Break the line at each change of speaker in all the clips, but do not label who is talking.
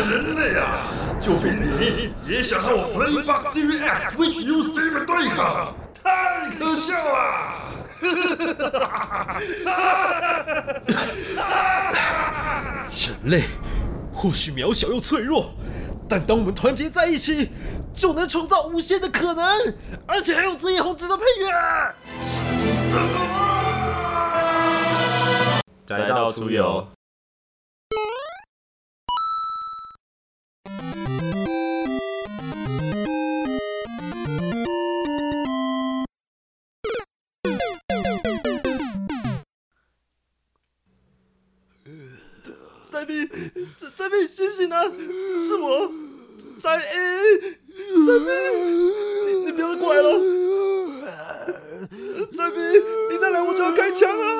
人类啊，就凭你也想和我 Playbox Series X Switch U Stream 对抗，太可笑了！
人类或许渺小又脆弱，但当我们团结在一起，就能创造无限的可能，而且还有自己宏志的配乐。
宅道出游。
宅 B， 醒醒啊！是我，宅 A， 宅 B， 你不要再过来了！宅 B， 你再来我就要开枪啊！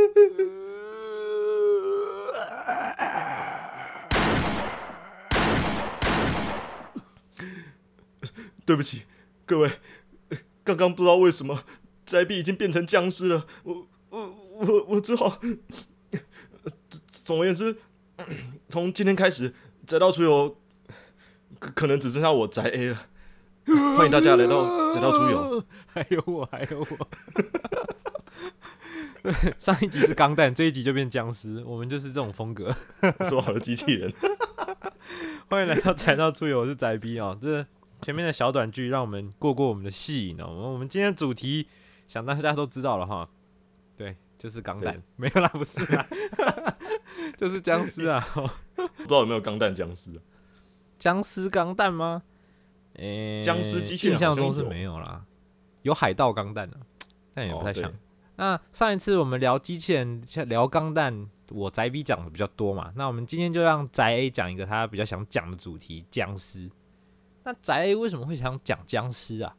对不起，各位，刚刚不知道为什么宅 B 已经变成僵尸了，我只好，总而言之。从今天开始，宅道出游可能只剩下我宅 A 了。欢迎大家来到宅道出游。
还有我。上一集是钢弹，这一集就变僵尸，我们就是这种风格。
说好的机器人。
欢迎来到宅道出游，我是宅 B 哦。这前面的小短剧让我们过我们的戏瘾哦。我们今天的主题，想大家都知道了哈。对，就是钢弹，没有啦，不是啦。就是僵尸啊！
不知道有没有钢弹僵尸？
僵尸钢弹吗？
僵尸机器人
印象中是没有啦，有海盗钢弹啊，但也不太像。那上一次我们聊机器人、聊钢弹，我宅 B 讲的比较多嘛。那我们今天就让宅 A 讲一个他比较想讲的主题——僵尸。那宅 A 为什么会想讲僵尸啊？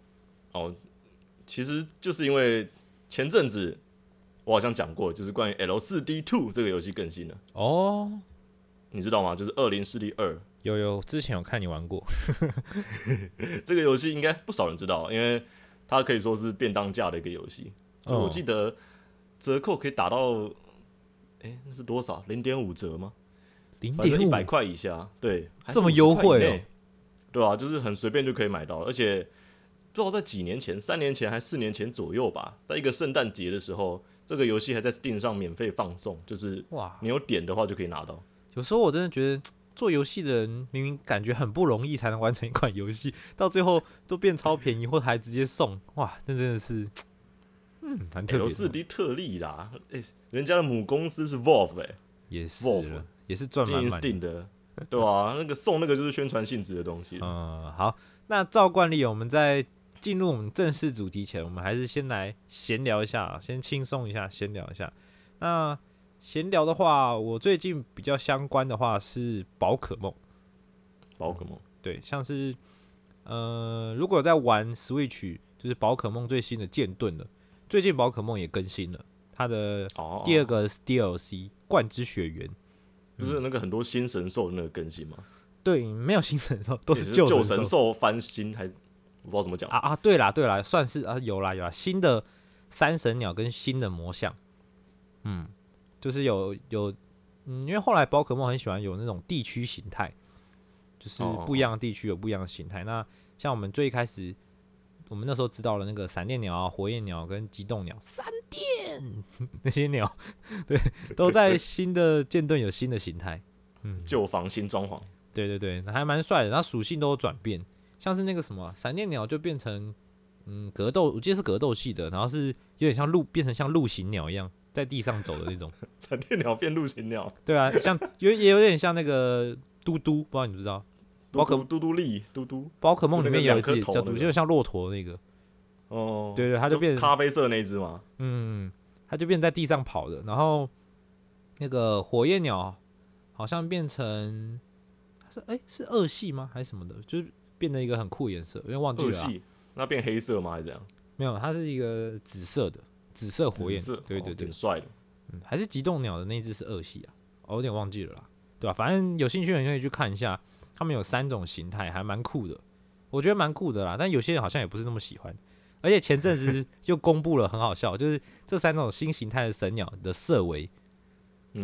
其实就是因为前阵子。我好像讲过，就是关于 L4D2 这个游戏更新了
哦，
你知道吗？就是恶灵势力2。
有，之前有看你玩过。
这个游戏应该不少人知道，因为它可以说是便当价的一个游戏。我记得折扣可以打到，那是多少？0.5折吗
？0.5
100块以下，对，
这么优惠哦？
对啊，就是很随便就可以买到，而且不知道在几年前，3年前还4年前左右吧，在一个圣诞节的时候。这个游戏还在 Steam 上免费放送，就是你有点的话就可以拿到。
有时候我真的觉得做游戏的人明明感觉很不容易才能完成一款游戏，到最后都变超便宜，或还直接送，哇，那真的是，蛮特别的。
L4D 特例啦，人家的母公司是 Valve
也是 Valve 也是赚满满
Steam 的，对啊，那个送那个就是宣传性质的东西。
好，那照惯例，我们在进入我们正式主题前，我们还是先来闲聊一下，先轻松一下，闲聊一下。那闲聊的话，我最近比较相关的话是宝可梦。对，像是如果在玩 Switch， 就是宝可梦最新的剑盾了。最近宝可梦也更新了，它的第2个 DLC 冠之雪原，
不是那个很多新神兽的那个更新吗？
对，没有新神兽，都是
旧神兽翻新还。我不知道怎么讲
对啦，算是有啦，新的三神鸟跟新的魔像，就是有，因为后来宝可梦很喜欢有那种地区形态，就是不一样的地区有不一样的形态。那像我们最一开始，我们那时候知道了那个闪电鸟、火焰鸟跟极冻鸟，闪电那些鸟，对，都在新的剑盾有新的形态，
旧房新装潢，
对，还蛮帅的，然后属性都有转变。像是那个什么闪电鸟就变成格斗，我记得是格斗系的，然后是有点像变成像陆行鸟一样在地上走的那种。
闪电鸟变陆行鸟，
对啊，像也有点像那个嘟嘟，不知道你知不知道？
嘟嘟力嘟嘟，
宝可梦里面有一只叫嘟，就像骆驼那个。对，它就变成
咖啡色那一只嘛。
它就变在地上跑的。然后那个火焰鸟好像变成是二系吗？还是什么的？就是。变成一个很酷的颜色，因为忘记了。
那变黑色吗？还是怎样？
没有，它是一个紫色的紫色火焰，对，
很帅的。
还是极冻鸟的那只是2系啊，我有点忘记了啦，对吧？反正有兴趣的人可以去看一下，他们有3种形态，还蛮酷的，我觉得蛮酷的啦。但有些人好像也不是那么喜欢，而且前阵子就公布了很好笑，就是这3种新形态的神鸟的色违，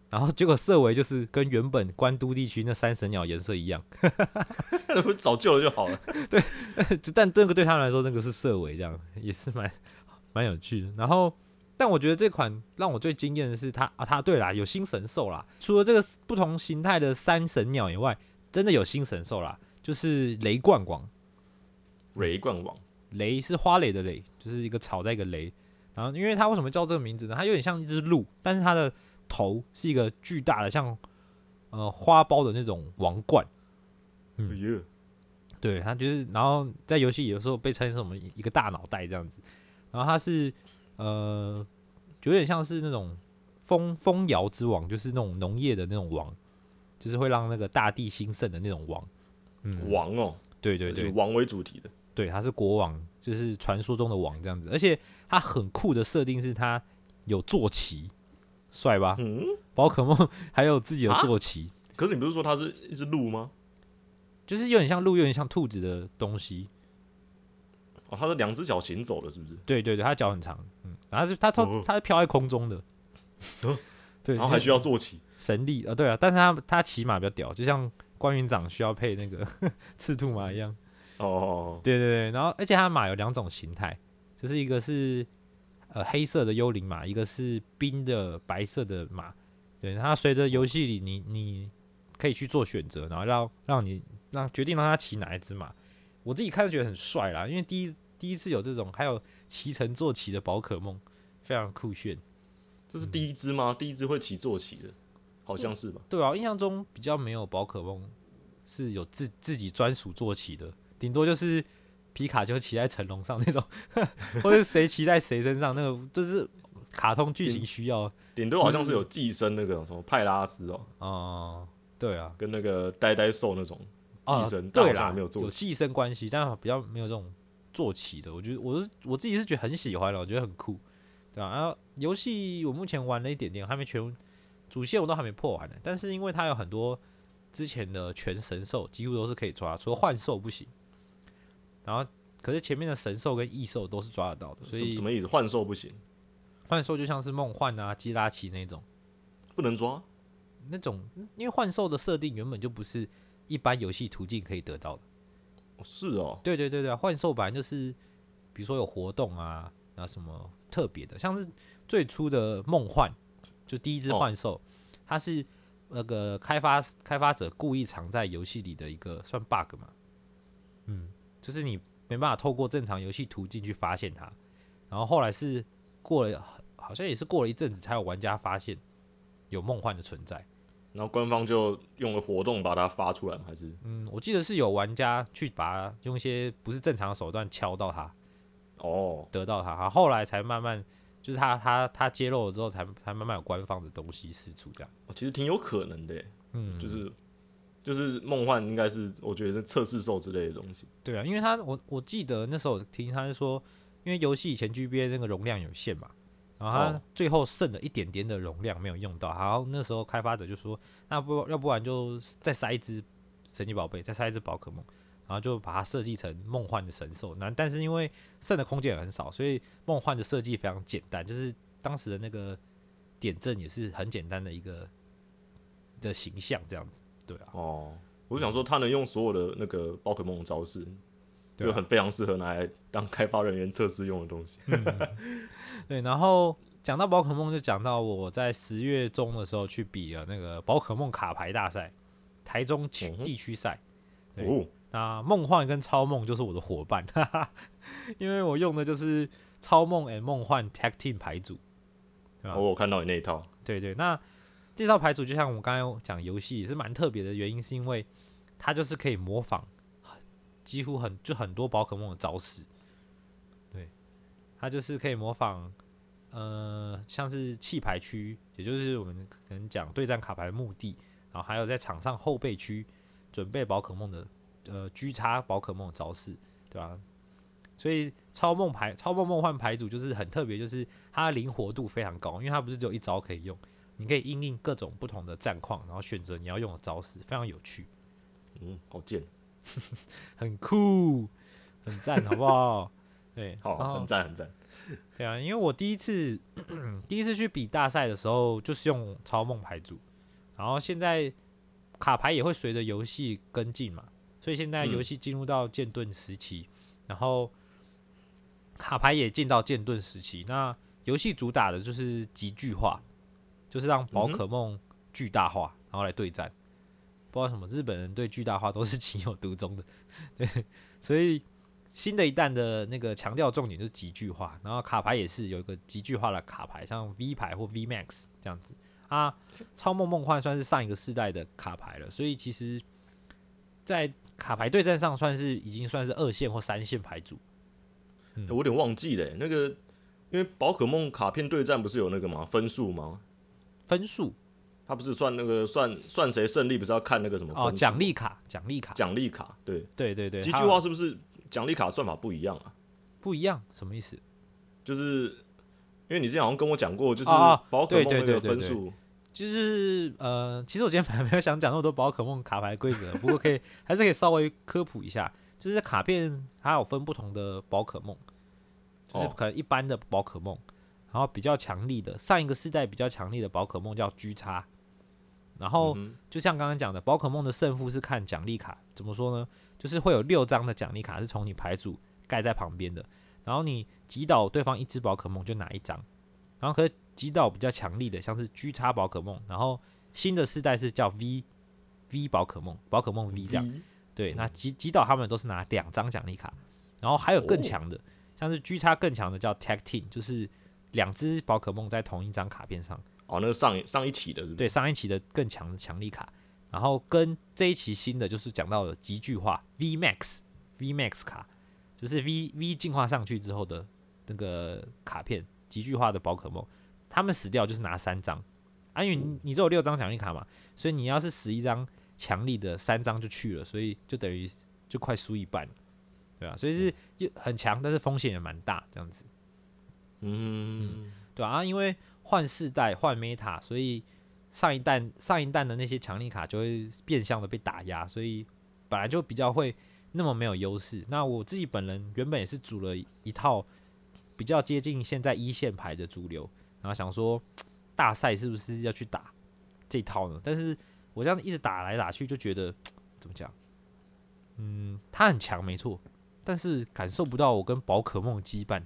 然后结果色为就是跟原本关都地区那3神鸟颜色一样，
那不找旧了就好了。
但这个对他们来说那个是色为，这样也是蛮有趣的。然后，但我觉得这款让我最惊艳的是它对啦有新神兽啦，除了这个不同形态的3神鸟以外，真的有新神兽啦，就是雷冠王。
雷冠王，
雷是花蕾的雷，就是一个草在一个雷。然后，因为它为什么叫这个名字呢？它有点像一只鹿，但是它的头是一个巨大的像花苞的那种王冠。
哎呀，
对，它就是，然后在游戏有时候被称成我们一个大脑袋这样子。然后它是有点像是那种风摇之王，就是那种农业的那种王，就是会让那个大地兴盛的那种王。
王哦，
对对对，
以王为主题的。
对，他是国王，就是传说中的王这样子。而且他很酷的设定是他有坐骑，帅吧？宝可梦还有自己的坐骑。
可是你不是说它是一只鹿吗？
就是有点像鹿，有点像兔子的东西。
哦，它是2只脚行走的，是不是？
对对对，它脚很长，然后它是飘在空中的，对，
然后还需要坐骑，
神力对啊，但是它骑马比较屌，就像关云长需要配那个赤兔马一样。
哦，
对对对，然后而且它马有2种形态，就是一个是黑色的幽灵马，一个是冰的白色的马。对，它随着游戏里你可以去做选择，然后让决定让它骑哪一只马。我自己看就觉得很帅啦，因为第一次有这种还有骑乘坐骑的宝可梦，非常酷炫。
这是第一只吗？第一只会骑坐骑的，好像是吧？
对啊，印象中比较没有宝可梦是有自己专属坐骑的，顶多就是皮卡丘骑在成龙上那种，或者谁骑在谁身上，那个就是卡通剧情需要。
顶多好像是有寄生那个什么派拉斯
对啊，
跟那个呆兽那种寄生，
对啦，
但好像还没有坐骑，
有寄生关系，但比较没有这种坐骑的。我觉得我自己是觉得很喜欢了，我觉得很酷，对吧？然后游戏我目前玩了一点点，还没主线我都还没破完呢。但是因为它有很多之前的全神兽几乎都是可以抓，除了幻兽不行。然后可是前面的神兽跟异兽都是抓得到的，所以
什么意思？幻兽不行，
幻兽就像是梦幻啊、基拉奇那种，
不能抓
那种，因为幻兽的设定原本就不是一般游戏途径可以得到的。
是哦，
对对对对，幻兽本来就是比如说有活动啊，然后什么特别的，像是最初的梦幻，就第一只幻兽，它是那个开发者故意藏在游戏里的一个算 bug 嘛，就是你没办法透过正常游戏途径去发现它，然后后来是好像也是过了一阵子才有玩家发现有梦幻的存在，
然后官方就用了活动把它发出来吗？还是
我记得是有玩家去把它用一些不是正常的手段敲到它，得到它，然后后来才慢慢就是他揭露了之后才慢慢有官方的东西释出这样。
其实挺有可能的耶，就是梦幻应该是我觉得是测试兽之类的东西。
对啊，因为我记得那时候听他是说，因为游戏以前 GBA 那个容量有限嘛，然后他最后剩了一点点的容量没有用到，然后那时候开发者就说，要不然就再塞一只神奇宝贝，再塞一只宝可梦，然后就把它设计成梦幻的神兽。但是因为剩的空间也很少，所以梦幻的设计非常简单，就是当时的那个点阵也是很简单的一个的形象这样子。对啊，
我想说他能用所有的那个宝可梦的招式，就非常适合拿来当开发人员测试用的东西。
对，然后讲到宝可梦，就讲到我在10月中的时候去比了那个宝可梦卡牌大赛，台中地区赛。对，那梦幻跟超梦就是我的伙伴，因为我用的就是超梦 and 梦幻 Tag Team 牌组，对吧？
我有看到你那一套。
对对，那这套牌组就像我刚才讲，游戏也是蛮特别的原因，是因为它就是可以模仿几乎很多宝可梦的招式。对，它就是可以模仿，像是弃牌区，也就是我们可能讲对战卡牌的目的，然后还有在场上后备区准备宝可梦的狙叉宝可梦的招式，对吧？所以超梦梦幻牌组就是很特别，就是它的灵活度非常高，因为它不是只有一招可以用。你可以因应各种不同的战况，然后选择你要用的招式，非常有趣。
好贱，
很酷，很赞，好不好？对，
好，很赞很赞。
对啊，因为我第一次去比大赛的时候，就是用超梦牌组，然后现在卡牌也会随着游戏跟进嘛，所以现在游戏进入到剑盾时期，然后卡牌也进到剑盾时期。那游戏主打的就是极巨化，就是让宝可梦巨大化，然后来对战。不知道什么日本人对巨大化都是情有独钟的，对，所以新的一代的那个强调重点就是极巨化，然后卡牌也是有一个极巨化的卡牌，像 V 牌或 V Max 这样子啊。超梦梦幻算是上一个世代的卡牌了，所以其实，在卡牌对战上已经算是2线或3线牌组。
我有点忘记了，那个因为宝可梦卡片对战不是有那个吗？分数吗？
分数，
他不是算那个算谁胜利，不是要看那个什么分数？
哦，奖励卡，
对
对对对。
极巨化是不是奖励卡算法不一样啊？
不一样，什么意思？
就是因为你之前好像跟我讲过，就是宝可梦那个分数。
就是其实我今天本来没有想讲那么多宝可梦卡牌规则，不过还是可以稍微科普一下。就是卡片它有分不同的宝可梦，就是可能一般的宝可梦，然后比较强力的上一个世代比较强力的宝可梦叫 G 叉，然后就像刚刚讲的，宝可梦的胜负是看奖励卡，怎么说呢？就是会有6张的奖励卡是从你牌组盖在旁边的，然后你击倒对方一只宝可梦就拿1张，然后可是击倒比较强力的，像是 G 叉宝可梦，然后新的世代是叫 V 宝可梦 V 这样，对，那击倒他们都是拿2张奖励卡，然后还有更强的，像是 G 叉更强的叫 Tag Team， 就是2只宝可梦在同一张卡片上。
哦，那个上一期的是不是？
对，上一期的更强的强力卡，然后跟这一期新的就是讲到了极巨化 V Max 卡，就是 V 进化上去之后的那个卡片，极巨化的宝可梦。他们死掉就是拿3张，因为你只有6张奖励卡嘛，所以你要是死1张强力的，3张就去了，所以就等于就快输一半了，对啊，所以是很强，但是风险也蛮大，这样子。对啊，因为换世代换 meta， 所以上一代的那些强力卡就会变相的被打压，所以本来就比较会那么没有优势。那我自己本人原本也是组了一套比较接近现在1线牌的主流。然后想说大赛是不是要去打这套呢？但是我这样一直打来打去，就觉得怎么讲？他很强没错，但是感受不到我跟宝可梦羁绊。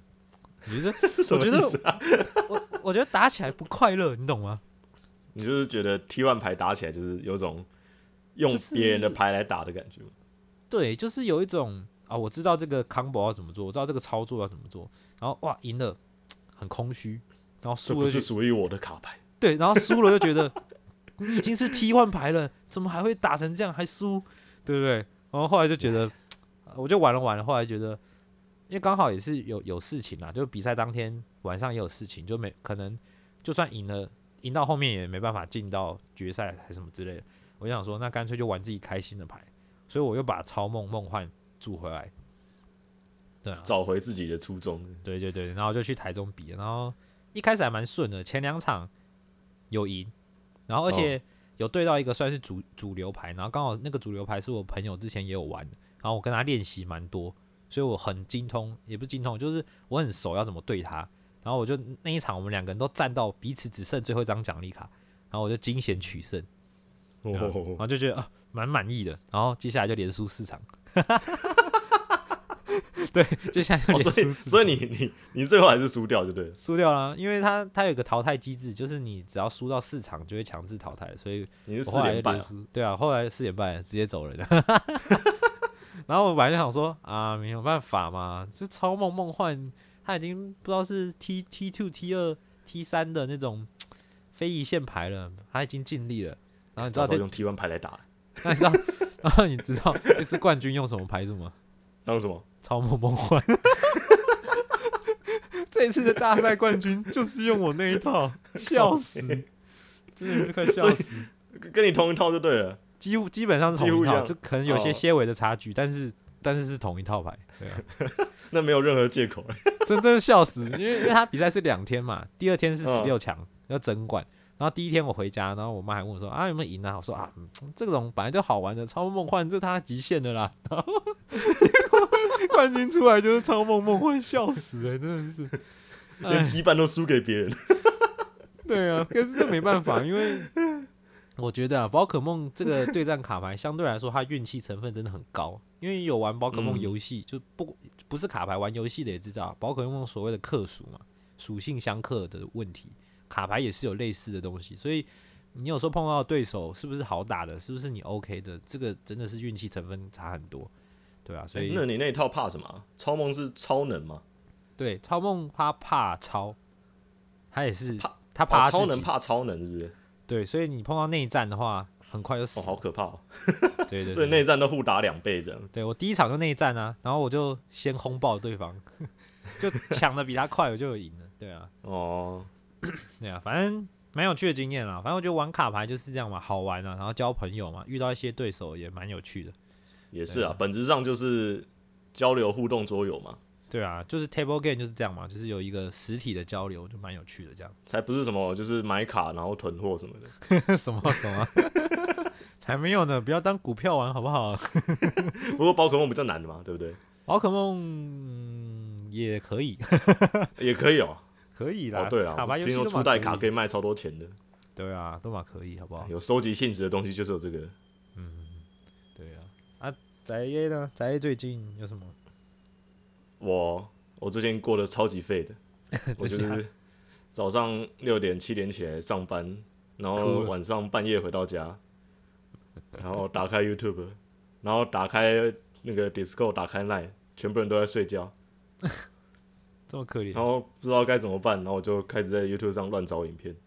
我觉得打起来不快乐，你懂吗？
你就是觉得 T1 牌打起来就是有种用别人的牌来打的感觉。
对，就是有一种我知道这个 combo 要怎么做，我知道这个操作要怎么做，然后哇赢了，很空虚。然后输了
这不是属于我的卡牌，
对，然后输了就觉得你已经是 T1 牌了，怎么还会打成这样还输，对不对？然后后来就觉得，我就玩了，后来觉得，因为刚好也是有事情啦，就比赛当天晚上也有事情，就可能就算赢到后面也没办法进到决赛还是什么之类的，我就想说，那干脆就玩自己开心的牌，所以我又把超梦梦幻组回来，对啊，
找回自己的初衷。
对，然后就去台中比，然后。一开始还蛮顺的，前2场有赢，然后而且有对到一个算是主流牌，然后刚好那个主流牌是我朋友之前也有玩的，然后我跟他练习蛮多，所以我很精通，也不是精通，就是我很熟要怎么对他。然后我就那一场我们2个人都战到彼此只剩最后1张奖励卡，然后我就惊险取胜，然后就觉得蛮满意的，然后接下来就连输4场。对，接下来就连输4场，
所以你最后还是输掉就对了，
输掉了，因为它有一个淘汰机制，就是你只要输到4场就会强制淘汰，所以
你是4连败啊？
对啊，后来4连败直接走人了。然后我本来就想说没有办法嘛，这超梦梦幻它已经不知道是 T2、T2、T3 的那种非一线牌了，它已经尽力了。然后你知道
用 T1 牌来打，
然后你知道这次冠军用什么牌组吗？
用什么？
超梦梦幻。这一次的大赛冠军就是用我那一套，笑死，真的是快笑死。
跟你同一套就对了，
基本上是同一套，就可能有些些微的差距，但是是同一套牌，对啊。
那没有任何借口，
真的笑死，因为他比赛是2天嘛，第2天是16强要争冠，然后第1天我回家，然后我妈还问我说有没有赢啊？我说这种本来就好玩的超梦幻，这他极限的啦。然后冠军出来就是超梦梦，会笑死真的是，
连羁绊都输给别人。
对啊，可是这没办法，因为我觉得啊，宝可梦这个对战卡牌相对来说，它运气成分真的很高。因为有玩宝可梦游戏，就不是卡牌玩游戏的也知道，宝可梦所谓的克属嘛，属性相克的问题，卡牌也是有类似的东西。所以你有时候碰到的对手是不是好打的，是不是你 OK 的，这个真的是运气成分差很多，对啊。所以
那你那一套怕什么啊？超梦是超能吗？
对，超梦他怕超，他也是他怕
超能怕超能，是不是？
对，所以你碰到内战的话，很快就死了。
好可怕哦！
对，
所以内战都互打2倍这样。
对，我第一场就内战啊，然后我就先轰爆对方，就抢的比他快，我就有赢了。对啊，对啊，反正蛮有趣的经验啦。反正我觉得玩卡牌就是这样嘛，好玩啊，然后交朋友嘛，遇到一些对手也蛮有趣的。
也是啊，本质上就是交流互动桌游嘛。
对啊，就是 table game 就是这样嘛，就是有一个实体的交流，就蛮有趣的这样。
才不是什么就是买卡然后囤货什么的。
什么才没有呢！不要当股票玩好不好？
不过宝可梦比较难的嘛，对不对？
宝可梦也可以，
也可以哦，
可以啦。
对啊，
卡牌游戏
听说初代卡可以卖超多钱的。
对啊，都嘛可以，好不好？
有收集性质的东西就是有这个。
对啊。啊，宅 A 呢？宅 A 最近有什么？
我最近过得超级废的，我就是早上6点7点起来上班，然后晚上半夜回到家，然后打开 YouTube， 然后打开那个 Discord， 打开 Line， 全部人都在睡觉，
这么可怜，
然后不知道该怎么办，然后我就开始在 YouTube 上乱找影片。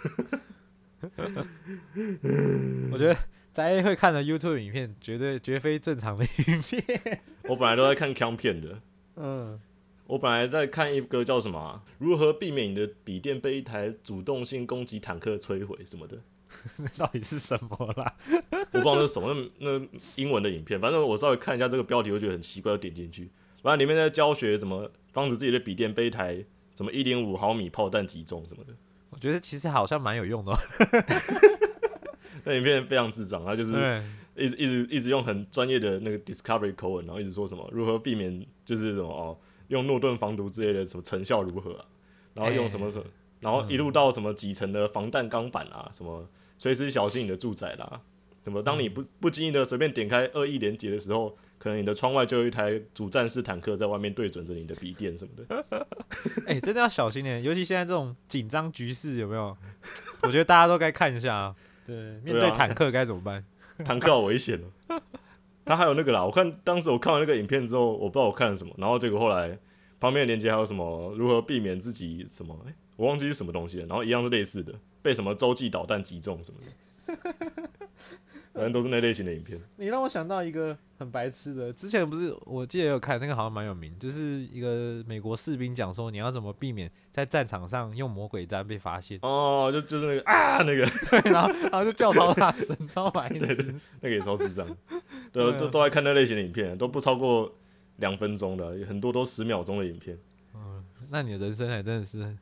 我觉得宅 A 会看的 YouTube 影片，绝非正常的影片。
我本来都在看枪片的。我本来在看一个叫什么、啊，如何避免你的笔电被一台主动性攻击坦克摧毁什么的。
那到底是什么啦？
我不知道那是什么，那英文的影片，反正我稍微看一下这个标题，我觉得很奇怪，就点进去。反正里面在教学怎么防止自己的笔电被一台什么1.5毫米炮弹击中什么的。
我觉得其实好像蛮有用的、哦。
那影片非常智障，他就是一直用很专业的那个 Discovery 口吻，然后一直说什么如何避免就是什么用诺顿防毒之类的什么成效如何啊，然后用什么然后一路到什么几层的防弹钢板啊，什么随时小心你的住宅啦，什么当你不经意的随便点开恶意连结的时候，可能你的窗外就有一台主战式坦克在外面对准着你的笔电什么的。
真的要小心点，尤其现在这种紧张局势，有没有？我觉得大家都该看一下啊。对，面对坦克该怎么办？
坦克好危险哦。他还有那个啦，当时我看完那个影片之后，我不知道我看了什么，然后结果后来旁边的链接还有什么如何避免自己什么，我忘记是什么东西了，然后一样是类似的，被什么洲际导弹击中什么的，反正都是那类型的影片。
你让我想到一个很白痴的，之前不是我记得有看那个好像蛮有名，就是一个美国士兵讲说你要怎么避免在战场上用魔鬼毡被发现。
就是那个那个，
对，然后就叫超大声，超白痴，
对，那个也超智障。对，都在看那类型的影片，都不超过2分钟的，很多都10秒钟的影片。
那你的人生还真的是，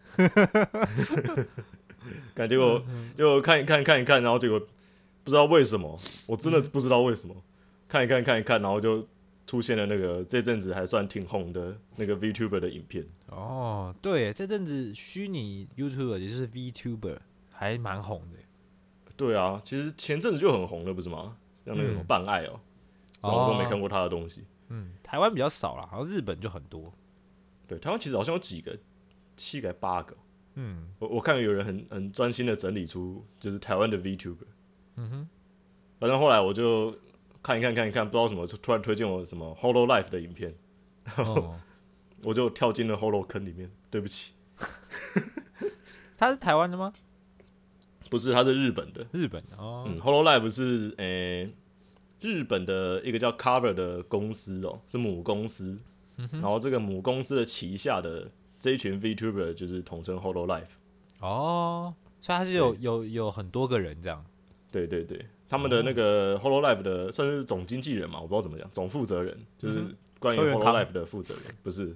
结果就看一看，然后结果不知道为什么，我真的不知道为什么，看一看，然后就出现了那个这阵子还算挺红的那个 VTuber 的影片。
对，这阵子虚拟 YouTuber 也就是 VTuber 还蛮红的。
对啊，其实前阵子就很红了，不是吗？像那个什么办爱我都没看过他的东西。
台湾比较少啦，好像日本就很多。
对，台湾其实好像有几个，7个8个。我看有人很专心的整理出就是台湾的 VTuber。反正后来我就看一看，不知道什么，就突然推荐我什么 Hololive 的影片，然后我就跳进了 Holo 坑里面。对不起，
他是台湾的吗？
不是，他是日本的。
日本的
Hololive 是日本的一个叫 Cover 的公司是母公司。然后这个母公司的旗下的这一群 VTuber 就是统称 Hololive。
所以他是有很多个人这样。
对，他们的那个 Hololive 的算是总经纪人嘛，我不知道怎么讲，总负责人就是关于 Hololive 的负责人，不是。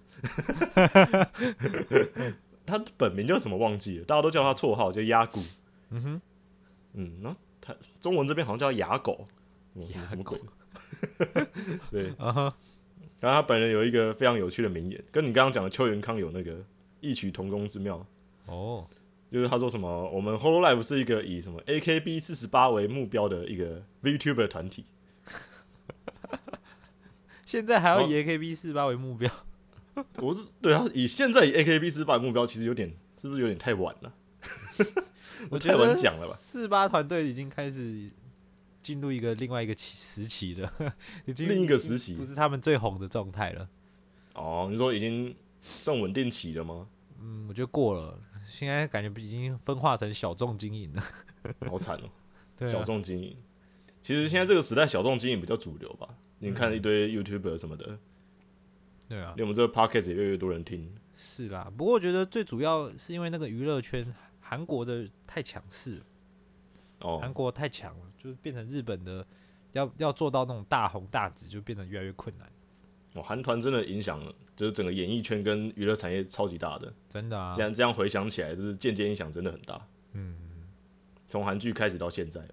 他本名叫什么忘记了，大家都叫他绰号叫鸭骨。然后他中文这边好像叫哑狗。什么鬼？对。 然后他本人有一个非常有趣的名言，跟你刚刚讲的邱元康有那个异曲同工之妙。
哦，
就是他说什么，我们 Hololive 是一个以什么 AKB48 为目标的一个 VTuber 团体。
现在还要以 AKB48 为目标？
对啊，现在以 AKB48 为目标，其实是不是有点太晚了？
我觉得
太晚讲了吧。
48团队已经开始进入另外一个时期了，已经
另一个时期
不是他们最红的状态了。
哦，你说已经算稳定期了吗？
我觉得过了，现在感觉已经分化成小众经营了。
好惨哦、
对啊，
小众经营。其实现在这个时代，小众经营比较主流吧。你看一堆 YouTuber 什么的，
对啊，
连我们这个 Podcast 也越来越多人听。
是啦。不过我觉得最主要是因为那个娱乐圈，韩国的太强势了，韩
哦，
国太强了，就是变成日本的要做到那种大红大紫，就变得越来越困难。
韩团真的影响了，就是整个演艺圈跟娱乐产业超级大的。
真的啊
既，然这样回想起来，就是间接影响真的很大。从韩剧开始到现在，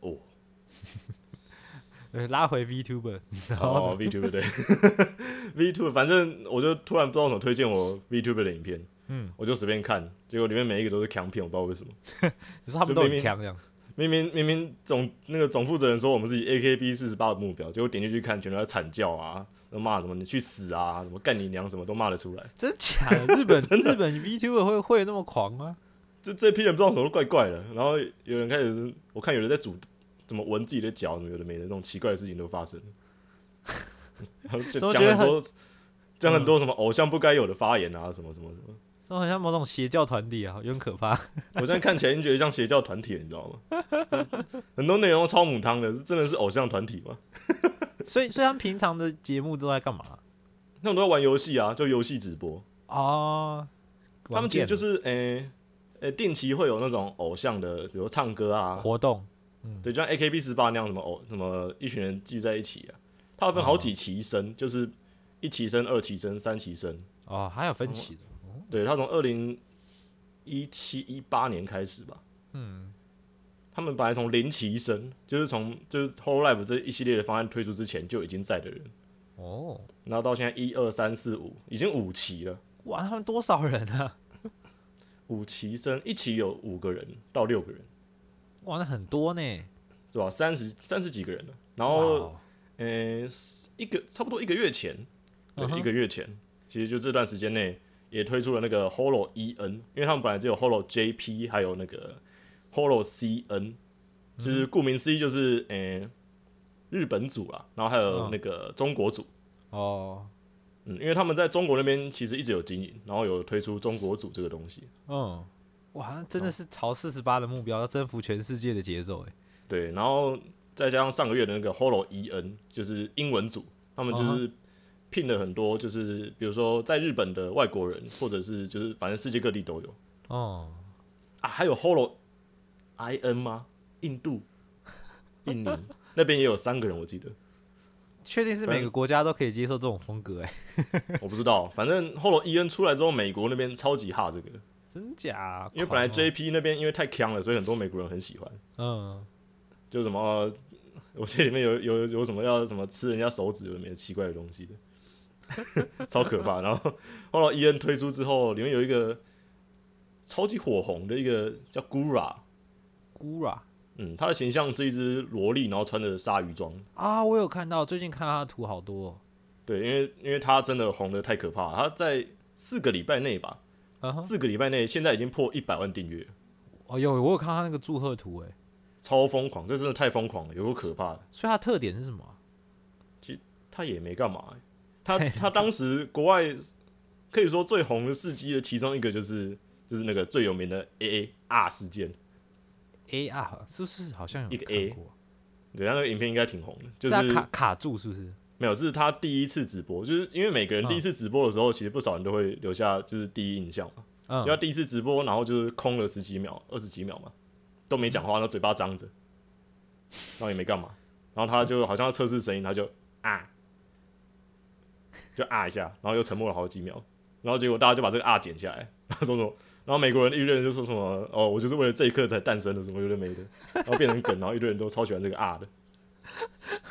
拉回 VTuber，
VTuber 对，VTuber， 反正我就突然不知道怎么推荐我 VTuber 的影片，我就随便看，结果里面每一个都是强片，我不知道为什么。
你说他们都很强这样。
明明总负责人说我们是以 AKB48 的目标，结果点进去看，全都在惨叫啊，骂什么你去死啊，什么干你娘，什么都骂得出来。
真假的？日本 VTuber 会有那么狂吗？
就这批人不知道什么都怪怪的，然后有人开始，我看有人在怎么闻自己的脚，什么有的没的这种奇怪的事情都发生了。然后讲很多什么偶像不该有的发言啊，什么什么什么。
这很像某种邪教团体啊，有点可怕。
我现在看起来已经觉得像邪教团体了，你知道吗？很多内容都超母汤的，真的是偶像团体吗？
所以他们平常的节目都在干嘛？
他们都在玩游戏啊，就游戏直播。
哦，
他们其实就是定期会有那种偶像的，比如唱歌啊
活动，
对，就像 AKB48 那样，什么一群人聚在一起啊，它会分好几期生，就是1期生、2期生、3期生。
哦，还有分期的。
对，他从2017、18年开始吧。他们本来从0期生，就是 Hololive 这一系列的方案推出之前就已经在的人，
哦，
然后到现在1、2、3、4、5，已经5期了。
哇，他们多少人啊
？5期生，一期有5个人到6个人，
哇，那很多呢，
是吧？30几个人了。然后，差不多1个月前，对，1个月前，其实就这段时间内也推出了那个 Holo EN， 因为他们本来只有 Holo JP， 还有那个 Holo CN， 就是顾名思义就是日本组啦，然后还有那个中国组。
哦，
因为他们在中国那边其实一直有经营，然后有推出中国组这个东西。
哇，那真的是朝48的目标，要征服全世界的节奏哎。
对，然后再加上上个月的那个 Holo EN， 就是英文组，他们就是聘了很多，就是比如说在日本的外国人，或者是就是反正世界各地都有。还有 Holo IN 吗？印尼那边也有3个人，我记得。
确定是每个国家都可以接受这种风格哎？
我不知道，反正 Holo EN 出来之后，美国那边超级哈这个，
真假？
因为本来 JP 那边因为太强了，所以很多美国人很喜欢。就什么，我记得里面有什么要什么吃人家手指有没有奇怪的东西的，超可怕。然后后来 EN 推出之后，里面有一个超级火红的一个叫 Gura， 他的形象是一只萝莉，然后穿着鲨鱼装
啊，我有看到，最近看他的图好多。
对，因为他真的红的太可怕了，他在4个礼拜内吧，4个礼拜内现在已经破100万订阅了。
我有看他那个祝贺图哎。
超疯狂，这真的太疯狂了，有够可怕的。
所以它特点是什么？
其实他也没干嘛他当时国外可以说最红的事迹的其中一个就是那个最有名的 AAR 事件。
AR 是不是好像有
一个
看过？
对，他那个影片应该挺红的，就是
他卡住是不是？
没有，是他第一次直播，就是因为每个人第一次直播的时候，其实不少人都会留下就是第一印象嘛。因为他第一次直播，然后就是空了10几秒、20几秒嘛。都没讲话，然后嘴巴张着，然后也没干嘛，然后他就好像要测试声音，他就一下，然后又沉默了好几秒，然后结果大家就把这个剪下来，然后说什么，然后美国人一堆人就说什么我就是为了这一刻才诞生的，什么有的没的，然后变成梗，然后一堆人都超喜欢这个的，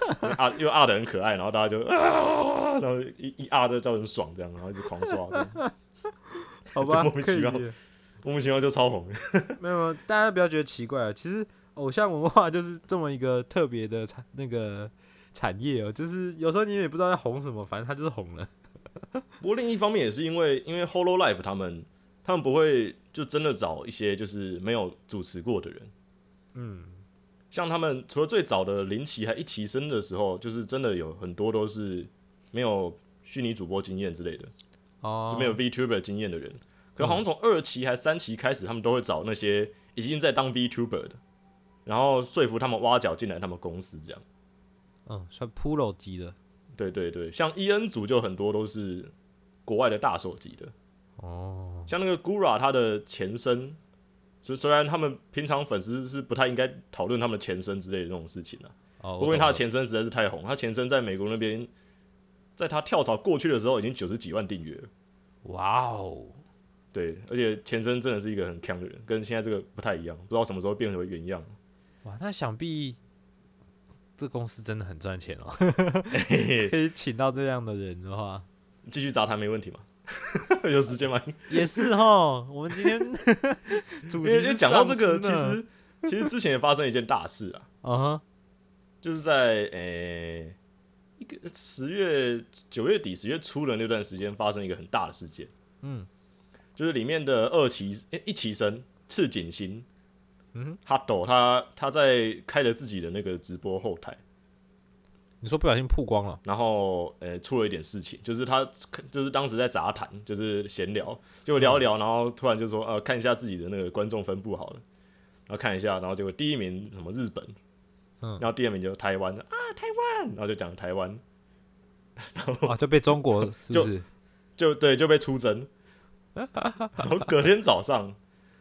因为的很可爱，然后大家就然后一就叫人爽这样，然后一直狂刷这样，
好吧，
莫名其妙，莫名其妙就超红。
没有，大家不要觉得奇怪啊，其实偶像文化就是这么一个特别的产业哦，就是有时候你也不知道在红什么，反正它就是红了。
不过另一方面也是因为 Hololive 他们不会就真的找一些就是没有主持过的人，像他们除了最早的0期还1期生的时候，就是真的有很多都是没有虚拟主播经验之类的，就没有 VTuber 经验的人。可好像从2期还3期开始，他们都会找那些已经在当 VTuber 的，然后说服他们挖角进来他们公司这样。
算 Pro 级的。
对对对，像 EN 组就很多都是国外的大手级的。像那个 Gura 他的前身，虽然他们平常粉丝是不太应该讨论他们的前身之类的那种事情不过因为他的前身实在是太红，他前身在美国那边，在他跳槽过去的时候已经90几万订阅了。
哇哦！
对，而且前身真的是一个很强的人，跟现在这个不太一样，不知道什么时候变回原样。
哇，那想必这公司真的很赚钱哦，可以请到这样的人的话，
继续杂谈没问题吗？有时间吗？
也是哈，我们今天主题
因为讲到这个，其实之前也发生一件大事就是在一个9月底10月初的那段时间，发生一个很大的事件。就是里面的1期生赤井星，哈斗他在开了自己的那个直播后台。
你说不小心曝光了，
然后出了一点事情，就是他就是当时在杂谈，就是闲聊，结果聊一聊，然后突然就说看一下自己的那个观众分布好了，然后看一下，然后结果第1名什么日本，然后第2名就台湾台湾，然后就讲台湾，然后
就被中国是不是？
就被出征，然后隔天早上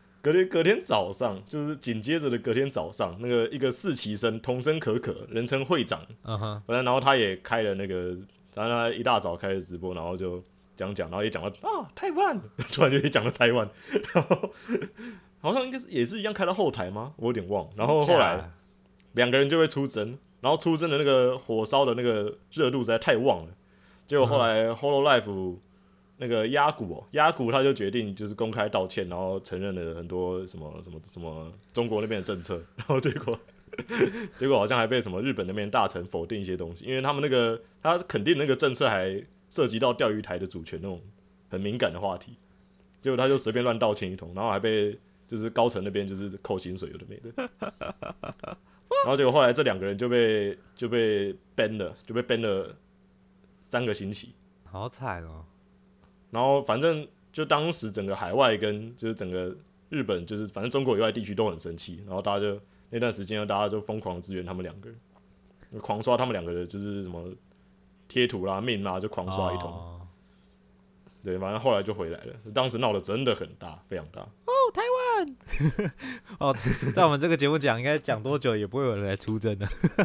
就是紧接着的隔天早上，那个一个4期生桐生可可，人称会长，反正然后他也开了那个，然后他一大早开了直播，然后就讲，然后也讲到台湾，突然就也讲到台湾，然后好像应该也是一样开到后台吗？我有点忘。然后后来2个人就会出征，然后出征的那个火烧的那个热度实在太旺了，结果后来 Hololive 那个鸭骨他就决定就是公开道歉，然后承认了很多什么中国那边的政策，然后结果好像还被什么日本那边大臣否定一些东西，因为他们那个他肯定那个政策还涉及到钓鱼台的主权那种很敏感的话题，结果他就随便乱道歉一通，然后还被就是高层那边就是扣薪水有的没的，然后结果后来这2个人就被 ban 了，就被 ban 了3个星期，
好惨哦。
然后反正就当时整个海外跟就是整个日本，就是反正中国以外地区都很生气，然后大家就那段时间大家就疯狂支援他们2个人，狂刷他们2个人就是什么贴图啦、meme啦，就狂刷一通。对，反正后来就回来了。当时闹得真的很大，非常大。
台湾在我们这个节目讲，应该讲多久也不会有人来出征的。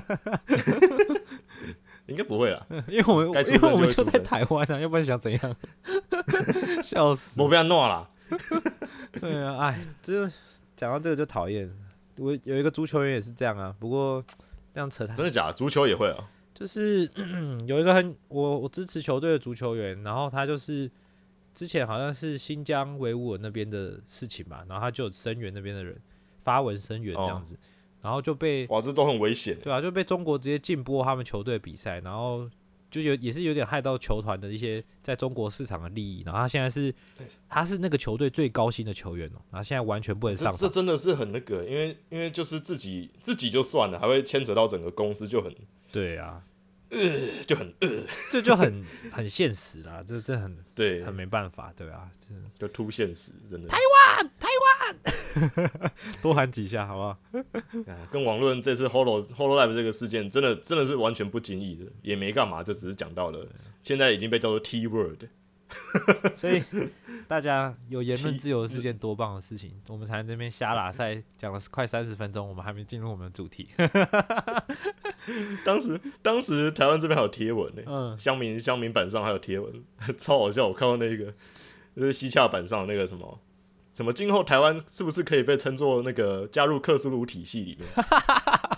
应
该不会啦，
因为我们就在台湾啊，要不然想怎样？笑死！
我不要闹啦。
对啊，真的讲到这个就讨厌。我有一个足球员也是这样啊，不过这样扯太
真的假的？足球也会啊？
就是有一个我支持球队的足球员，然后他就是之前好像是新疆维吾尔那边的事情吧，然后他就有声援那边的人发文声援这样子。然后就被
这都很危险，
对啊，就被中国直接禁播他们球队比赛，然后就也是有点害到球团的一些在中国市场的利益。然后他是那个球队最高薪的球员然后现在完全不能上场。
这真的是很那个，因为就是自己就算了，还会牵扯到整个公司，就很
对啊，
就很
这就很现实啦，这很
对，
很没办法，对啊，
就突现实，真的。
台湾，多喊几下好不好？
跟网论这次 Hololive 这个事件，真的是完全不经意的，也没干嘛，就只是讲到了，现在已经被叫做 T word。
所以大家有言论自由是件多棒的事情，我们才在这边瞎拉赛讲了快30分钟，我们还没进入我们的主题。
当时台湾这边还有贴文乡民版上还有贴文，超好笑。我看到那个就是西洽版上那个什么今后台湾是不是可以被称作那个加入克苏鲁体系里面？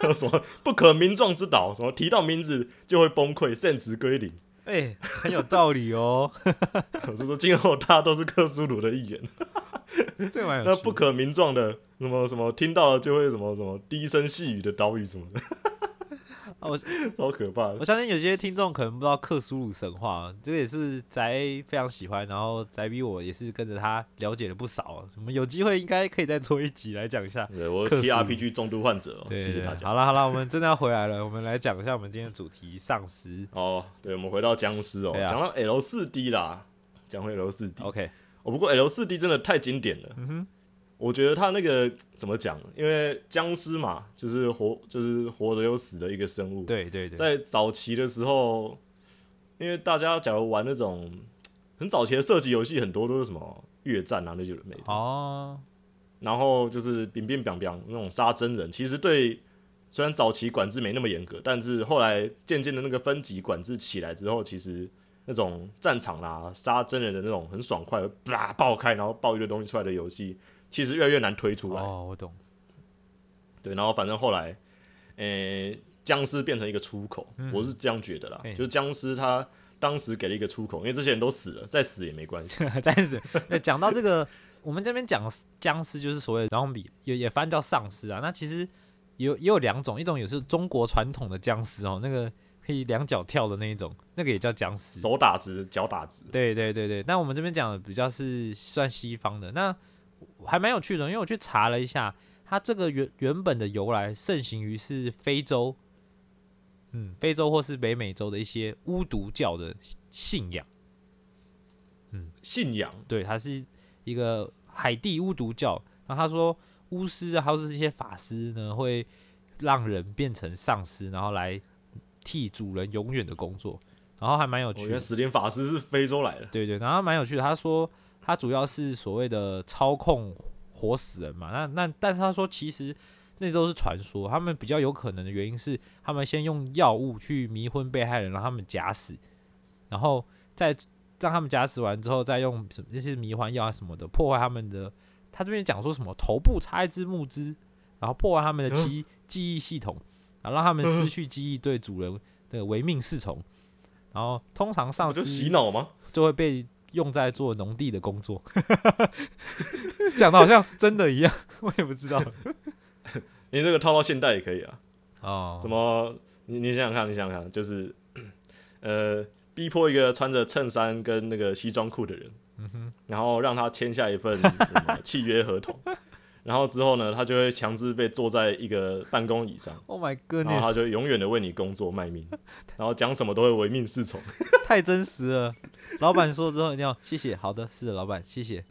什么不可名状之岛，什么提到名字就会崩溃，甚值归零。
很有道理哦。
我是说，今后大家都是克苏鲁的一员。
这蛮有趣的。
那不可名状的什么什么，听到了就会什么什么低声细语的岛屿什么的。超可怕的。
我相信有些听众可能不知道克苏鲁神话，这个也是宅非常喜欢，然后宅比我也是跟着他了解了不少。我们有机会应该可以再做一集来讲一下。
对，我 TRPG 重度患者
对，
谢谢大家。
好了，我们真的要回来了，我们来讲一下我们今天的主题——丧尸。
对，我们回到僵尸哦，讲到 L4D 啦，讲回 L4D。
OK，
不过 L4D 真的太经典了。我觉得他那个怎么讲？因为僵尸嘛，就是活着有死的一个生物。
对，
在早期的时候，因为大家假如玩那种很早期的射击游戏，很多都是什么越战啊那些没的
哦。
然后就是冰冰冰冰那种杀真人，其实对虽然早期管制没那么严格，但是后来渐渐的那个分级管制起来之后，其实那种战场啦杀真人的那种很爽快，爆开然后爆一堆东西出来的游戏。其实越来越难推出来。
我懂。
对，然后反正后来，僵尸变成一个出口，我是这样觉得啦。就是僵尸他当时给了一个出口，因为这些人都死了，再死也没关系。
再死。讲到这个，我们这边讲僵尸就是所谓的zombie，也翻叫丧尸啊。那其实也有两种，一种也是中国传统的僵尸哦，那个可以两脚跳的那一种，那个也叫僵尸，
手打直，脚打直。
对。那我们这边讲的比较是算西方的，那还蛮有趣的，因为我去查了一下，它这个原本的由来盛行于是非洲，非洲或是北美洲的一些巫毒教的信仰，
信仰，
对，它是一个海地巫毒教。然后他说，巫师啊，还有这些法师呢，会让人变成丧尸，然后来替主人永远的工作，然后还蛮有趣的。
我觉得死灵法师是非洲来的，
对，然后蛮有趣的。他说，他主要是所谓的操控活死人嘛，但是他说其实那都是传说，他们比较有可能的原因是他们先用药物去迷昏被害人，让他们假死，然后再让他们假死完之后，再用那些迷幻药啊什么的破坏他们的。他这边讲说什么头部插一支木枝，然后破坏他们的记忆系统，然后让他们失去记忆，对主人的唯命是从。然后通常丧尸
洗脑吗？
就会被用在做农地的工作，讲的好像真的一样，我也不知道。
你这个套到现代也可以啊。什
哦，
么？你想想看，就是逼迫一个穿着衬衫跟那个西装裤的人，然后让他签下一份什么契约合同，然后之后呢，他就会强制被坐在一个办公椅上。
Oh my
然后
goodness！
他就永远的为你工作卖命，然后讲什么都会唯命是从。
太真实了。老板说之后一定要谢谢，好的，是的，老板谢谢。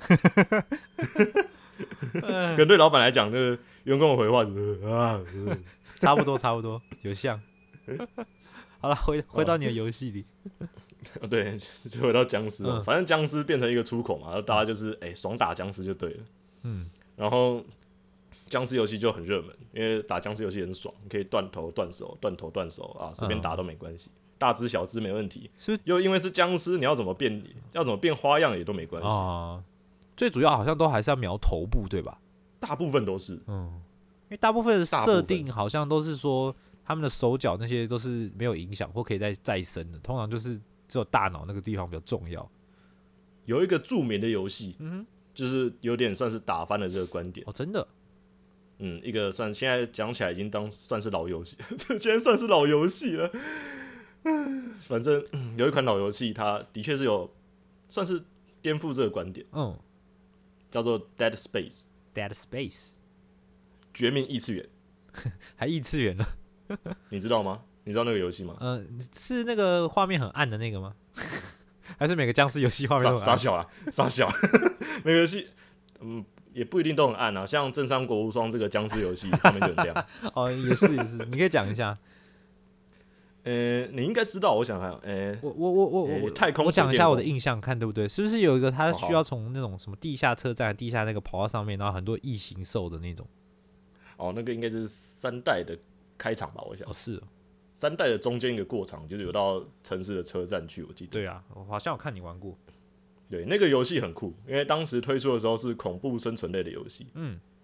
可能对老板来讲，就是员工的回话就是
差不多，有像。好了，回到你的游戏里。
对，就回到僵尸了。反正僵尸变成一个出口嘛，然后大家就是爽打僵尸就对了。然后僵尸游戏就很热门，因为打僵尸游戏很爽，你可以断头断手啊，随便打都没关系，大只小只没问题。又因为是僵尸，你要怎么变花样也都没关系。
最主要好像都还是要瞄头部，对吧？
大部分都是，
因为大部分的设定好像都是说他们的手脚那些都是没有影响或可以再生的，通常就是只有大脑那个地方比较重要。
有一个著名的游戏，就是有点算是打翻了这个观点。
真的。
一个现在讲起来已经算是老游戏，这竟然算是老游戏了。反正有一款老游戏，它的确是有算是颠覆这个观点。叫做 Dead Space， 绝命异次元，
还异次元了。
你知道吗？你知道那个游戏吗？
是那个画面很暗的那个吗？还是每个僵尸游戏画面都很暗？
傻小，每个游戏也不一定都很暗啊。像《真三国无双》这个僵尸游戏，画面就很亮。
也是，你可以讲一下。
你应该知道，我想看。
我
太空，
我讲一下我的印象，看对不对？是不是有一个他需要从那种什么地下车站、地下那个跑到上面，然后很多异形兽的那种？
那个应该是3代的开场吧，我想。
是
3代的中间一个过场，就是有到城市的车站去，我记得。
对啊，我好像有看你玩过。
对，那个游戏很酷，因为当时推出的时候是恐怖生存类的游戏。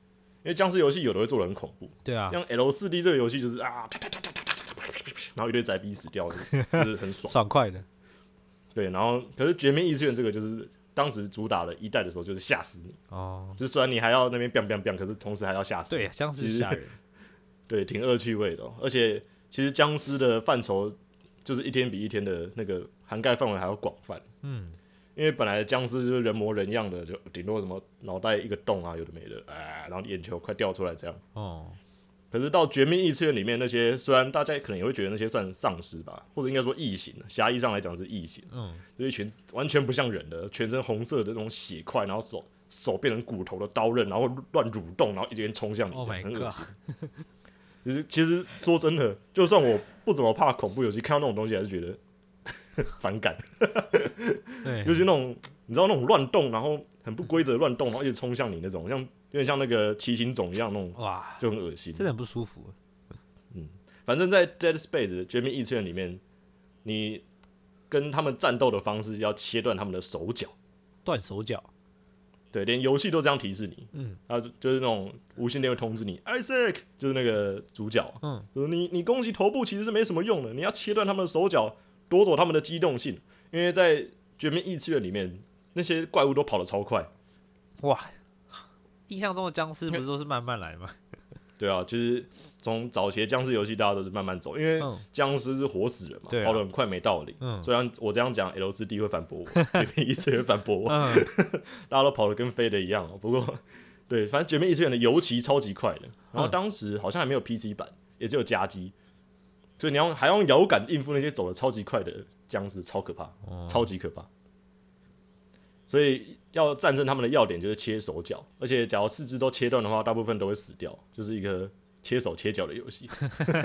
因为僵尸游戏有的会做的很恐怖，
对啊，
像 L4D 这个游戏就是啊，然后一堆宅逼死掉，就是很爽，
爽快的。
对，然后可是绝命异次元这个就是当时主打了一代的时候，就是吓死你
哦。
就是虽然你还要那边 biang biang biang， 可是同时还要吓死你。
对，僵尸吓人。
对，挺恶趣味的、而且其实僵尸的范畴就是一天比一天的那个涵盖范围还要广泛。因为本来僵尸就是人模人样的，就顶多什么脑袋一个洞啊，有的没的，然后眼球快掉出来这样。可是到绝命异次元里面那些，虽然大家可能也会觉得那些算丧尸吧，或者应该说异形，狭义上来讲是异形，就是一群完全不像人的，全身红色的那种血块，然后手变成骨头的刀刃，然后乱蠕动，然后一边冲向你，很恶心。其实说真的，就算我不怎么怕恐怖游戏，看到那种东西还是觉得反感。
对，
尤其那种你知道那种乱动，然后很不规则乱动，然后一直冲向你那种，像有点像那个骑行种一样那种，
哇，
就很恶心，
真的很不舒服。
反正在 Dead Space 绝命异次元里面，你跟他们战斗的方式要切断他们的手脚，
断手脚。
对，连游戏都这样提示你，就是那种无线电会通知你 ，Isaac 就是那个主角，就是你攻击头部其实是没什么用的，你要切断他们的手脚，夺走他们的机动性，因为在绝命异次元里面，那些怪物都跑得超快，
哇！印象中的僵尸不是都是慢慢来吗？
对啊，就是从早期的僵尸游戏，大家都是慢慢走，因为僵尸是活死人嘛，跑得很快没道理。虽然我这样讲 ，L4D 会反驳我，绝命异次元会反驳我，大家都跑得跟飞的一样。不过，对，反正绝命异次元的游棋超级快的，然后当时好像还没有 PC 版，也只有家机，所以你还要用摇杆应付那些走得超级快的僵尸，超可怕，超级可怕。所以要战胜他们的要点就是切手脚，而且假如四肢都切断的话，大部分都会死掉，就是一个切手切脚的游戏。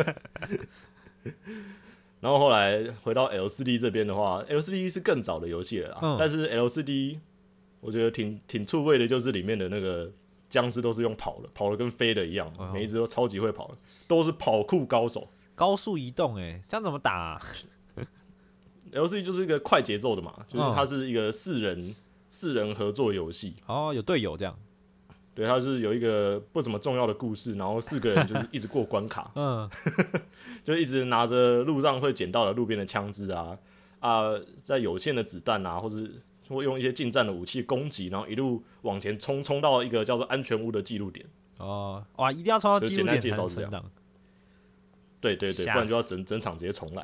然后后来回到 L4D 这边的话 ，L4D 是更早的游戏了啦，但是 L4D 我觉得挺触味的，就是里面的那个僵尸都是用跑的，跑的跟飞的一样，每一只都超级会跑的，都是跑酷高手，
高速移动，这样怎么打啊
？L4D 就是一个快节奏的嘛，就是它是一个四人合作游戏，
有队友这样。
对，它是有一个不怎么重要的故事，然后4个人就是一直过关卡，就一直拿着路上会捡到的路边的枪支在有限的子弹或者会用一些近战的武器攻击，然后一路往前冲到一个叫做安全屋的记录点。
哇，一定要冲到记录点才能存档。
对，不然就要整场直接重来。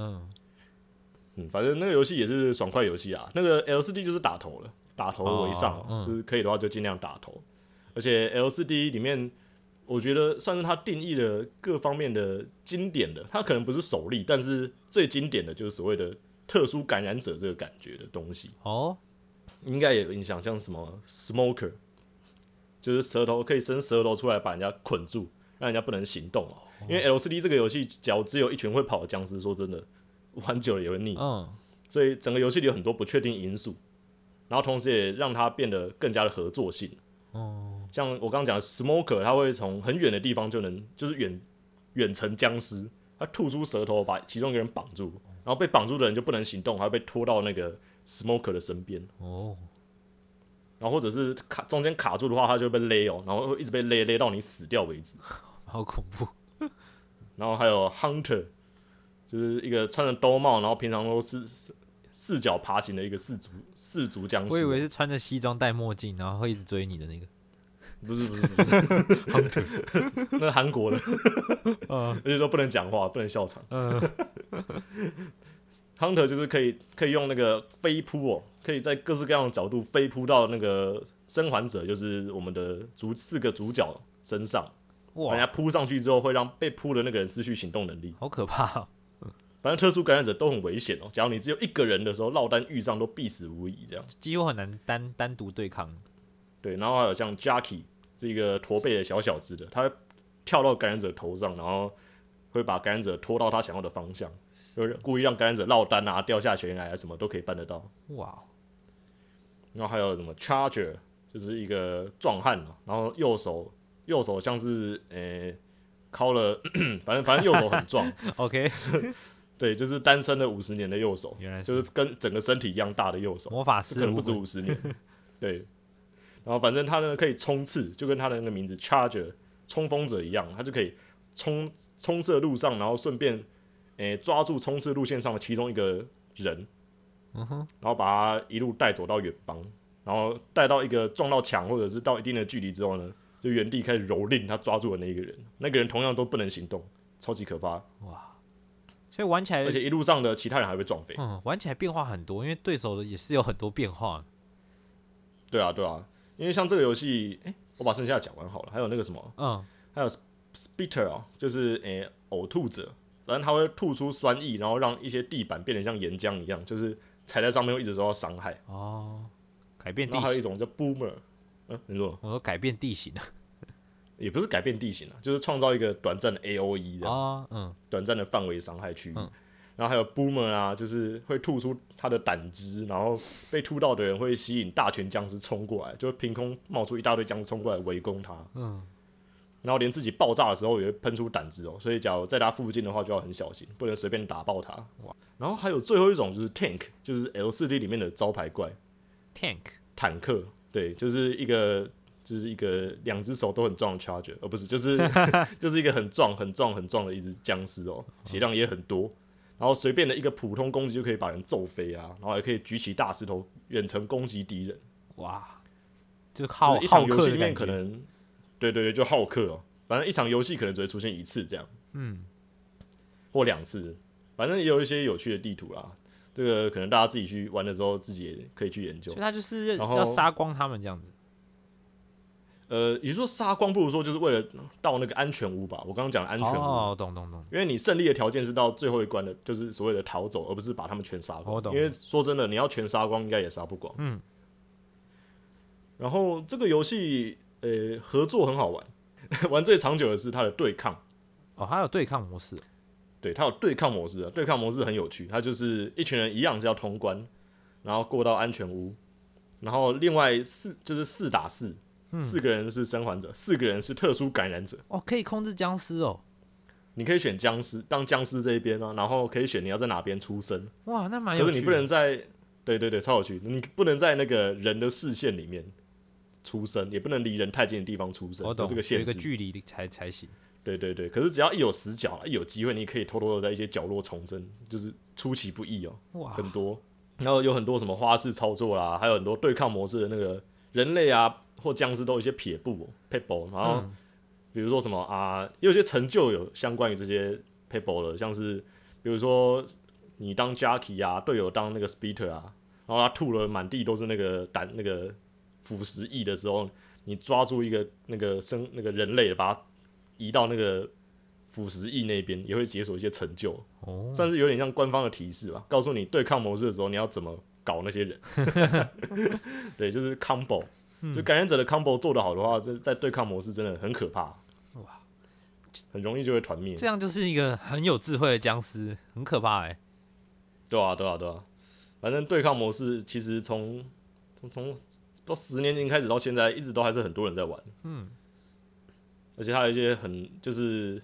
反正那个游戏也是爽快游戏啊。那个 L4D 就是打头了，打头为上，就是可以的话就尽量打头。而且 L4D 里面，我觉得算是它定义了各方面的经典的，它可能不是首例，但是最经典的就是所谓的特殊感染者这个感觉的东西。应该也有印象，像什么 Smoker， 就是舌头可以伸舌头出来把人家捆住，让人家不能行动。因为 L4D 这个游戏，假如只有一群会跑的僵尸，说真的，玩久了也会腻。所以整个游戏里有很多不确定因素，然后同时也让它变得更加的合作性。像我刚刚讲的 Smoker， 他会从很远的地方就是远程僵尸，他吐出舌头把其中一个人绑住，然后被绑住的人就不能行动，还会被拖到那个 Smoker 的身边。然后或者是中间卡住的话，他就会被勒然后会一直被勒到你死掉为止。
好恐怖。
然后还有 Hunter， 就是一个穿着兜帽，然后平常都是四脚爬行的一个四足僵尸。
我以为是穿着西装戴墨镜，然后会一直追你的那个。
不是 Hunter， 那是韩国的，而且都不能讲话，不能笑场。Hunter 就是可以用那个飞扑可以在各式各样的角度飞扑到那个生还者，就是我们的4个主角身上。把人家扑上去之后，会让被扑的那个人失去行动能力，
好可怕
反正特殊感染者都很危险假如你只有一个人的时候，落单遇上都必死无疑，这样
几乎很难单独对抗。
对，然后还有像 Jackie 这个驼背的小只的，他会跳到感染者头上，然后会把感染者拖到他想要的方向，就是故意让感染者落单掉下悬崖什么都可以办得到。
哇！
然后还有什么 Charger， 就是一个壮汉然后右手像是敲了，反正右手很壮。
OK，
对，就是单身了50年的右手，
原来
就是跟整个身体一样大的右手，
魔法师
可能不止50年。对， 然后反正它呢可以冲刺，就跟它的那个名字 Charger 冲锋者一样，它就可以冲刺的路上，然后顺便抓住冲刺路线上的其中一个人，然后把他一路带走到远方，然后带到一个撞到墙或者是到一定的距离之后呢，就原地开始蹂躏他抓住的那个人，那个人同样都不能行动，超级可怕。
哇！所以玩起来，
而且一路上的其他人还会撞飞。
玩起来变化很多，因为对手的也是有很多变化。
对啊，因为像这个游戏，我把剩下的讲完好了。还有那个什么，还有 Spitter 哦，就是呕吐者，反正它会吐出酸液，然后让一些地板变得像岩浆一样，就是踩在上面会一直受到伤害。
改变地形。
然后还有一种叫 Boomer，你说？
我说改变地形啊。
也不是改变地形啊，就是创造一个短暂的 AOE 这样，短暂的范围伤害区域。然后还有 Boomer 啊，就是会吐出他的胆汁，然后被吐到的人会吸引大群僵尸冲过来，就凭空冒出一大堆僵尸冲过来围攻他。然后连自己爆炸的时候也会喷出胆汁哦，所以假如在他附近的话就要很小心，不能随便打爆他。然后还有最后一种就是 Tank， 就是 L4D 里面的招牌怪
Tank
坦克，对，就是一个两只手都很壮的 Charger， 不是，就是一个很壮的一只僵尸哦，血量也很多，然后随便的一个普通攻击就可以把人揍飞啊，然后也可以举起大石头远程攻击敌人。哇，
就
一场游戏里面可能，对，就好客哦，反正一场游戏可能只会出现一次这样，或2次，反正也有一些有趣的地图啦。这个可能大家自己去玩的时候，自己也可以去研究。
所以他就是要杀光他们这样子。
也就是说杀光，不如说就是为了到那个安全屋吧。我刚刚讲的安全屋，
懂。
因为你胜利的条件是到最后一关的，就是所谓的逃走，而不是把他们全杀光。因为说真的，你要全杀光，应该也杀不光。然后这个游戏，合作很好玩，玩最长久的是它的对抗。
它有对抗模式。
对，它有对抗模式，对抗模式很有趣。它就是一群人一样是要通关，然后过到安全屋，然后另外就是4打4。4个人是生还者，4个人是特殊感染者。
可以控制僵尸哦。
你可以选僵尸当僵尸这一边啊，然后可以选你要在哪边出生。
哇，那蛮有趣的。
可是你不能在，对，超有趣。你不能在那个人的视线里面出生，也不能离人太近的地方出生。
我懂，
这个限制，
有一个距离才行。
对。可是只要一有死角，一有机会，你可以偷偷的在一些角落重生，就是出其不意哦。哇，很多。然后有很多什么花式操作啦，还有很多对抗模式的那个人类啊。或僵尸都有一些撇步 pebble， 然后比如说什么啊，也有些成就有相关于这些 pebble 的，像是比如说你当 Jackie 啊，队友当那个 Spitter 啊，然后他吐了满地都是那个腐蚀液的时候，你抓住一个那个人类，把它移到那个腐蚀液那边，也会解锁一些成就，算是有点像官方的提示吧，告诉你对抗模式的时候你要怎么搞那些人。对，就是 combo。就感染者的 combo 做得好的话，在对抗模式真的很可怕，哇，很容易就会团灭。
这样就是一个很有智慧的僵尸，很可怕哎。
对啊，反正对抗模式其实从到10年前开始到现在，一直都还是很多人在玩。而且还有一些就是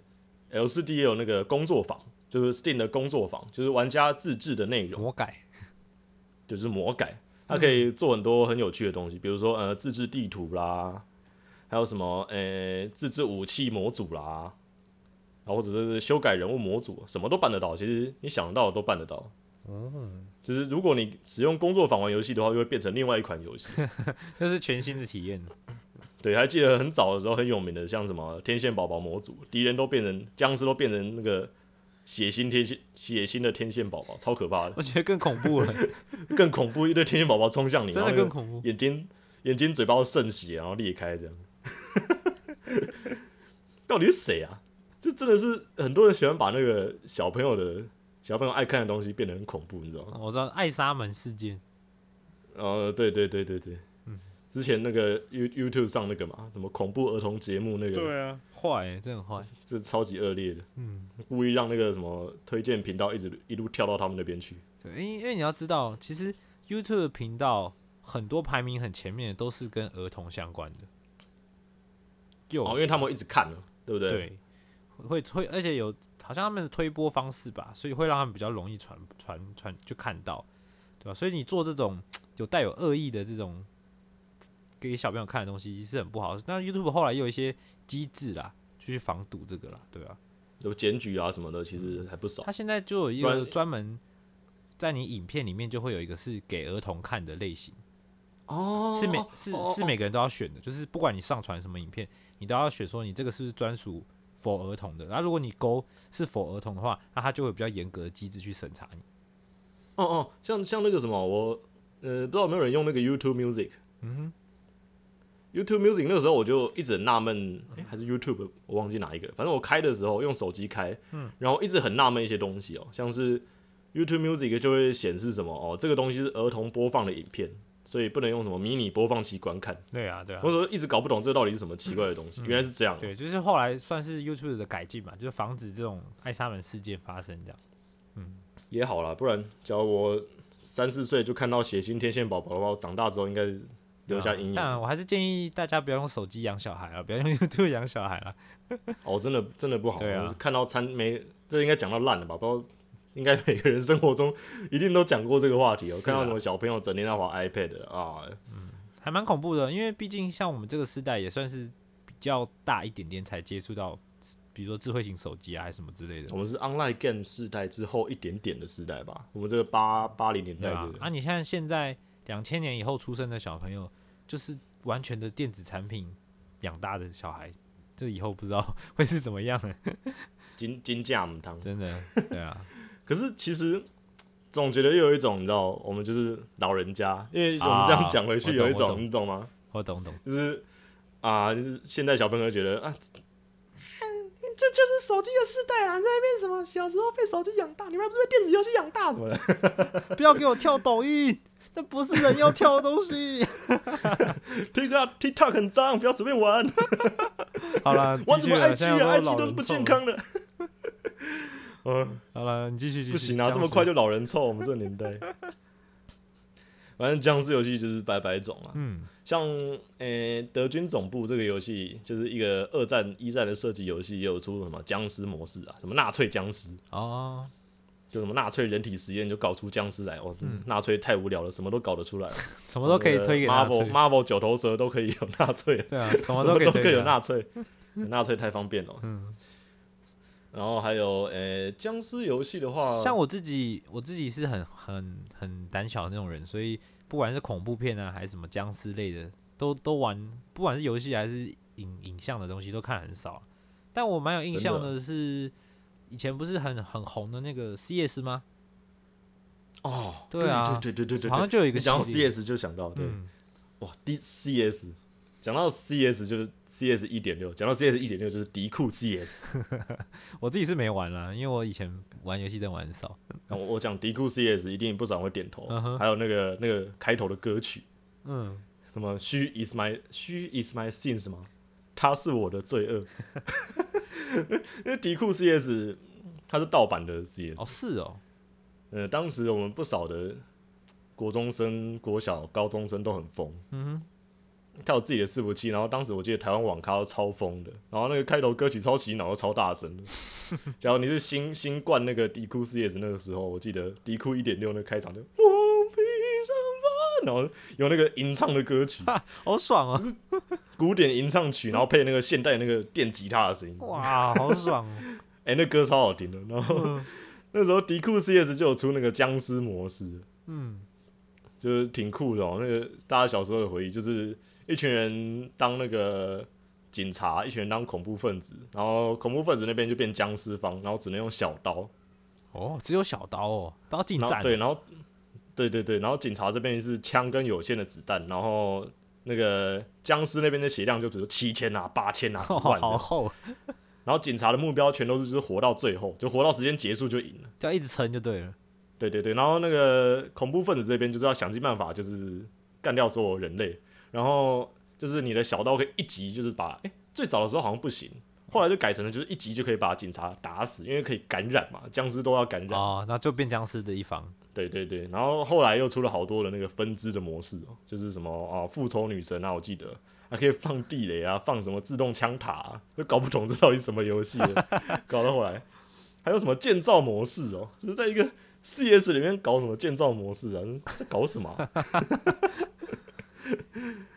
L4D 也有那个工作坊，就是 Steam 的工作坊，就是玩家自制的内容，
魔改，
就是魔改。它可以做很多很有趣的东西，比如说自制地图啦，还有什么自制武器模组啦，然后或者是修改人物模组，什么都办得到。其实你想得到的都办得到。就是如果你使用工作坊玩游戏的话，就会变成另外一款游戏，
这是全新的体验。
对，还记得很早的时候很有名的，像什么天线宝宝模组，敌人都变成僵尸，都变成那个。血腥的天线宝宝超可怕的，
我觉得更恐怖了，
更恐怖，一堆天线宝宝冲向你，
真的更恐怖，
眼睛嘴巴都渗血，然后裂开这样。到底是谁啊？就真的是很多人喜欢把那个小朋友爱看的东西变得很恐怖，你知道吗？
我知道艾莎门事件。
对。之前那个 YouTube 上那个嘛，什么恐怖儿童节目那个，
对啊，坏，真的很坏，
这超级恶劣的，故意让那个什么推荐频道一路跳到他们那边去。
对，因为你要知道，其实 YouTube 频道很多排名很前面的都是跟儿童相关的，因
为他们会一直看了，对不对？
对，会，而且好像他们的推播方式吧，所以会让他们比较容易传就看到，对吧？所以你做这种带有恶意的这种给小朋友看的东西是很不好的。那 YouTube 后来又有一些机制啦，去防堵这个啦，对吧？
有检举啊什么的，其实还不少。
他现在就有一个专门在你影片里面就会有一个是给儿童看的类型。
哦，
是每个人都要选的，就是不管你上传什么影片，你都要选说你这个是不是专属 for 儿童的。然后如果你勾是 for 儿童的话，那他就会有比较严格的机制去审查你。
像那个什么，我不知道有没有人用那个 YouTube Music。YouTube Music 那个时候我就一直很纳闷，还是 YouTube 我忘记哪一个，反正我开的时候用手机开，然后一直很纳闷一些东西像是 YouTube Music 就会显示什么这个东西是儿童播放的影片。所以不能用什么迷你播放器观看。
对啊。
我说一直搞不懂这到底是什么奇怪的东西，原来是这样。
对，就是后来算是 YouTube 的改进嘛，就是防止这种艾莎门事件发生这样。
也好啦，不然假如我3、4岁就看到血腥天线宝宝的话，长大之后应该留下阴影。
但我还是建议大家不要用手机养小孩啊，不要用 YouTube 养小孩啦。
真的不好。
对啊，
看到这应该讲到烂了吧？不知道。应该每个人生活中一定都讲过这个话题看到什么小朋友整天在滑 iPad 啊，
还蛮恐怖的，因为毕竟像我们这个时代也算是比较大一点点才接触到，比如说智慧型手机啊，还是什么之类的。
我们是 online game 世代之后一点点的时代吧，我们这个80年代的。
你看现在2000年以后出生的小朋友，就是完全的电子产品养大的小孩，这以后不知道会是怎么样了。
金价母汤，
真的，对啊。
可是其实总觉得又有一种，你知道，我们就是老人家，因为我们这样讲回去有一种，你懂吗？
我懂，
就是就是现在小朋友觉得这就是手机的世代啊！你在那边什么小时候被手机养大，你们还不是被电子游戏养大什么的？
不要给我跳抖音，那不是人要跳的东西。
TikTok 很脏，不要随便玩。
好了，
玩什么 IG 啊？IG 都是不健康的。
好了，你继续。
不行啊，这么快就老人臭，我们这个年代。反正僵尸游戏就是百百种啊，像德军总部这个游戏，就是一个2战1战的射击游戏，也有出什么僵尸模式啊，什么纳粹僵尸就什么纳粹人体实验就搞出僵尸来，纳粹太无聊了，什么都搞得出来了，
什么都可以推给纳粹
，Marvel 九头蛇都可以有纳粹，
对啊，什么都可以
有纳粹，纳粹太方便了，然后还有僵尸游戏的话，
像我自己是很胆小的那种人，所以不管是恐怖片啊，还是什么僵尸类的，都玩，不管是游戏还是影像的东西，都看很少。但我蛮有印象的是，以前不是很红的那个 CS 吗？对啊，
对，
好像就有一个
讲到 CS 就想到，对，哇，CS 讲到 CS 就是 CS 1.6，讲到 CS 1.6就是迪库 CS。
我自己是没玩啦，因为我以前玩游戏真玩很少。
我讲迪库 CS 一定不少人会点头，还有那个开头的歌曲，什么 She is my sins 吗？他是我的罪恶。因为迪库 CS 它是盗版的 CS。
是哦。
当时我们不少的国中生、国小、高中生都很疯。他有自己的伺服器，然后当时我记得台湾网咖都超疯的，然后那个开头歌曲超洗脑，超大声的。假如你是新灌那个迪库 CS 那个时候，我记得迪库 1.6 那个开场就我披上吧，然后有那个吟唱的歌曲，
好爽啊！
古典吟唱曲，然后配那个现代那个电吉他的声音，
哇，好爽哦！
那歌超好听的。然后那时候迪库 CS 就有出那个僵尸模式，就是挺酷的那个大家小时候的回忆，就是一群人当那个警察，一群人当恐怖分子，然后恐怖分子那边就变僵尸方，然后只能用小刀。
只有小刀都要近战。
对，然后对，然后警察这边是枪跟有限的子弹，然后那个僵尸那边的血量就比如说7000啊、8000啊、1万，
好厚。
然后警察的目标全都是就是活到最后，就活到时间结束就赢了，
就要一直撑就对了。
对，然后那个恐怖分子这边就是要想尽办法，就是干掉所有人类。然后就是你的小刀可以一击，就是把最早的时候好像不行，后来就改成了就是一击就可以把警察打死，因为可以感染嘛，僵尸都要感染。
那就变僵尸的一方。
对，然后后来又出了好多的那个分支的模式就是什么复仇女神啊，我记得还可以放地雷啊，放什么自动枪塔啊，就搞不懂这到底是什么游戏搞到后来还有什么建造模式就是在一个 CS 里面搞什么建造模式啊，在搞什么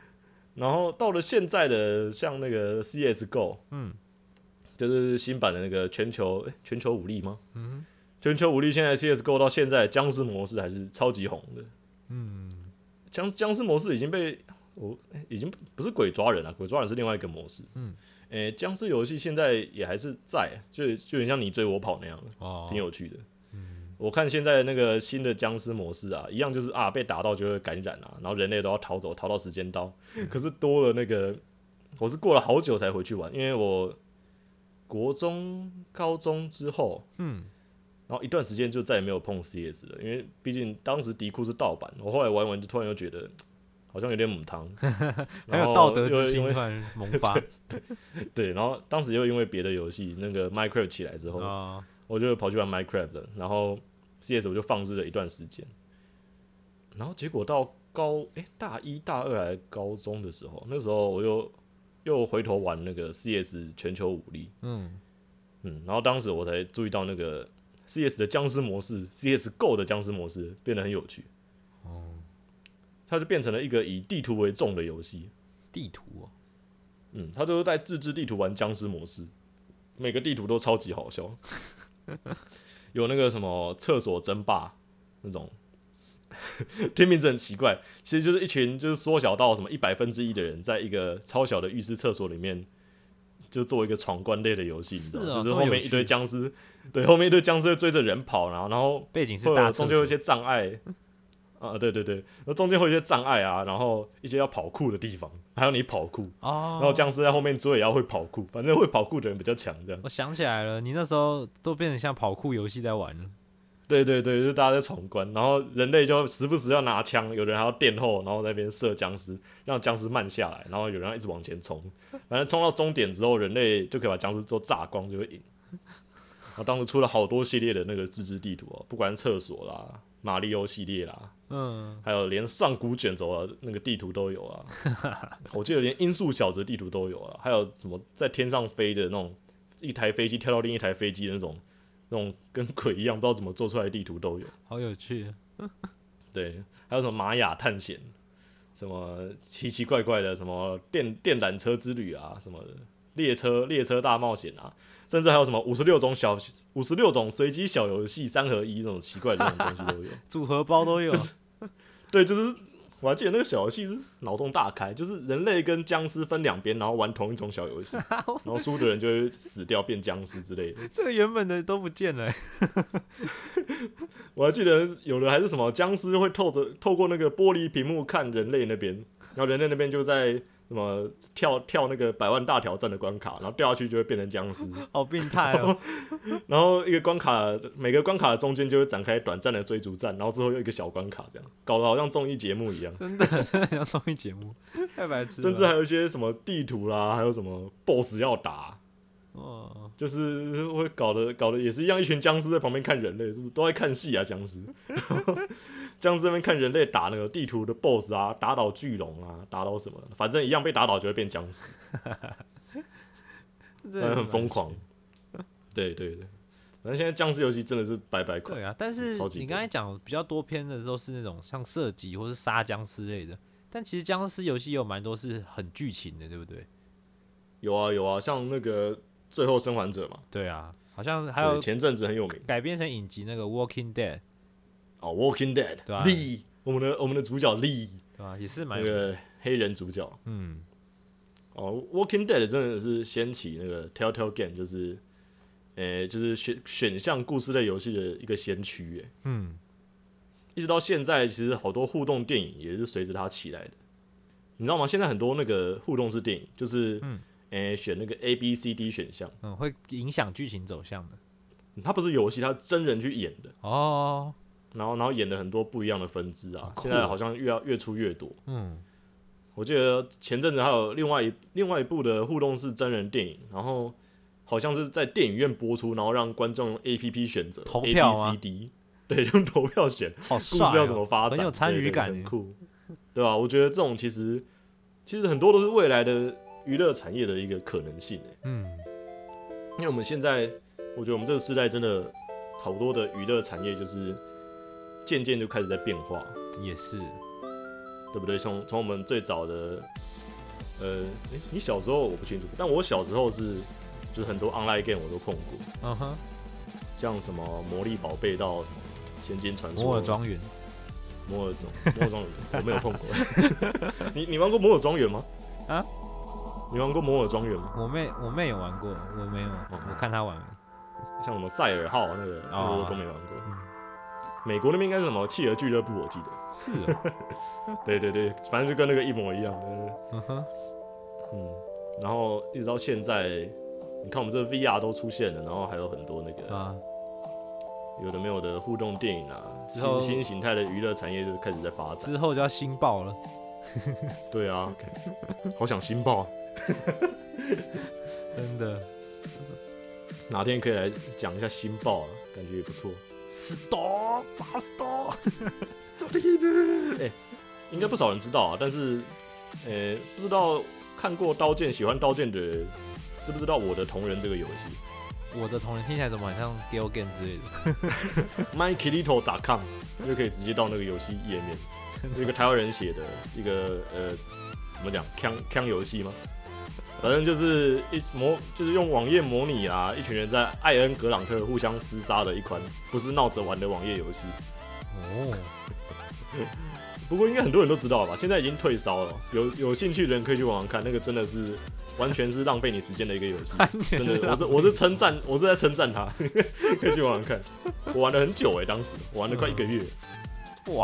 然后到了现在的像那个 CS:GO， 就是新版的那个全球武力吗？全球武力现在 CS:GO 到现在僵尸模式还是超级红的。僵尸模式已经已经不是鬼抓人了，鬼抓人是另外一个模式。僵尸游戏现在也还是在，就有点像你追我跑那样，挺有趣的。我看现在那个新的僵尸模式啊，一样就是被打到就会感染啊，然后人类都要逃走，逃到时间刀。可是多了那个，我是过了好久才回去玩，因为我国中、高中之后，然后一段时间就再也没有碰 CS 了，因为毕竟当时迪库是盗版，我后来玩完就突然又觉得好像有点母汤，
还有道德之心突然萌发。
对，然后当时又因为别的游戏那个 Minecraft 起来之后，我就跑去玩 Minecraft 了，然后 CS 我就放置了一段时间，然后结果到大一大二还高中的时候，那时候我又回头玩那个 CS 全球武力，然后当时我才注意到那个 CS 的僵尸模式 ，CS:GO 的僵尸模式变得很有趣，它就变成了一个以地图为重的游戏。
地图
它就是在自制地图玩僵尸模式，每个地图都超级好笑。有那个什么厕所争霸那种，听名字很奇怪，其实就是一群就是缩小到什么1/100的人，在一个超小的浴室厕所里面，就做一个闯关类的游戏，你知道，就是后面一堆僵尸，对，后面一堆僵尸会追着人跑，然后
背景是大厕所，
中间有一些障碍。对，然后中间会有一些障碍啊，然后一些要跑酷的地方，还有你跑酷，然后僵尸在后面追也要会跑酷，反正会跑酷的人比较强，这样。
我想起来了，你那时候都变成像跑酷游戏在玩了。
对，就大家在闯关，然后人类就时不时要拿枪，有人还要垫后，然后在那边射僵尸，让僵尸慢下来，然后有人要一直往前冲，反正冲到终点之后，人类就可以把僵尸都炸光，就会赢。然后当时出了好多系列的那个自制地图不管厕所啦、马里奥系列啦，还有连上古卷轴的那个地图都有啊。我记得连音速小子的地图都有啊，还有什么在天上飞的那种，一台飞机跳到另一台飞机的那种跟鬼一样不知道怎么做出来的地图都有，
好有趣。
对，还有什么玛雅探险，什么奇奇怪怪的什么电缆车之旅啊，什么的列车大冒险啊，甚至还有什么56种随机小游戏3合1这种奇怪的这种东西都有，
组合包都有。
就是我还记得那个小游戏是脑洞大开，就是人类跟僵尸分两边，然后玩同一种小游戏，然后输的人就会死掉变僵尸之类的。
这个原本的都不见了。
我还记得有的还是什么僵尸会透过那个玻璃屏幕看人类那边，然后人类那边就在什么跳那个100万大挑战的关卡，然后掉下去就会变成僵尸，
好病态哦。
然后一个关卡，每个关卡的中间就会展开短暂的追逐战，然后之后又一个小关卡，这样搞得好像综艺节目一样。
真的像综艺节目，太白痴了。
甚至还有一些什么地图啦，还有什么 BOSS 要打，就是会搞得也是一样，一群僵尸在旁边看人类，是不是都在看戏啊？僵尸。僵尸那边看人类打那个地图的 BOSS 啊，打倒巨龙啊，打倒什么，反正一样被打倒就会变僵尸，很疯狂。对，反正现在僵尸游戏真的是百款。
对啊，但是你刚才讲比较多篇的都是那种像射击或是杀僵尸类的，但其实僵尸游戏有蛮多是很剧情的，对不对？
有啊，像那个最后生还者嘛。
对啊，好像还有
前阵子很有名，
改编成影集那个 Walking Dead。
Walking Dead，
对吧
？Lee， 我们的主角 Lee，
对吧？也是蛮
那个黑人主角。Walking Dead 真的是掀起那个 Telltale Game， 就是选项故事类游戏的一个先驱。一直到现在，其实好多互动电影也是随着它起来的。你知道吗？现在很多那个互动式电影，就是选那个 A、B、C、D 选项，
会影响剧情走向的。
它不是游戏，它真人去演的。
哦。
然后演了很多不一样的分支啊，现在好像越出越多。我记得前阵子还有另外一部的互动式真人电影，然后好像是在电影院播出，然后让观众用 APP 选择
投票
A、B、C、D， 对，用投票选，
好帅
故事要怎么发展，
很有参与感，
很酷，对吧？我觉得这种其实很多都是未来的娱乐产业的一个可能性。因为我们现在，我觉得我们这个时代真的好多的娱乐产业就是渐渐就开始在变化，
也是，
对不对？从我们最早的你小时候我不清楚，但我小时候就是很多 online game 我都碰过，
嗯哼，
像什么魔力宝贝到什么仙境传说、
摩尔庄园，
摩尔庄园我没有碰过。你玩过摩尔庄园吗？
啊？
你玩过摩尔庄园吗？
我妹有玩过，我没有，我看她玩。
像什么赛尔号那个我都没玩过。美国那边应该是什么企鹅俱乐部，我记得。
是啊。
对对对，反正就跟那个一模一样。
嗯哼。
然后一直到现在，你看我们这个 VR 都出现了，然后还有很多那个有的没有的互动电影啊，新形态的娱乐产业就开始在发展。
之后就要新爆了。
对啊，好想新爆啊！
真的。
哪天可以来讲一下新爆啊，感觉也不错。
Stop，
应该不少人知道啊，但是，不知道看过《刀剑》喜欢《刀剑》的人，知不知道《我的同人》这个游戏？
我的同人听起来怎么好像 Galgame 之类的
？MyKirito.com 就可以直接到那个游戏页面，是一个台湾人写的一个怎么讲枪游戏吗？反正就是就是用网页模拟啊，一群人在艾恩格朗特互相厮杀的一款不是闹着玩的网页游戏。
哦，
不过应该很多人都知道了吧？现在已经退烧了，有兴趣的人可以去玩玩看，那个真的是完全是浪费你时间的一个游戏。真的，我是称赞，我是在称赞他，可以去玩玩看。我玩了很久当时我玩了快1个月。
哇！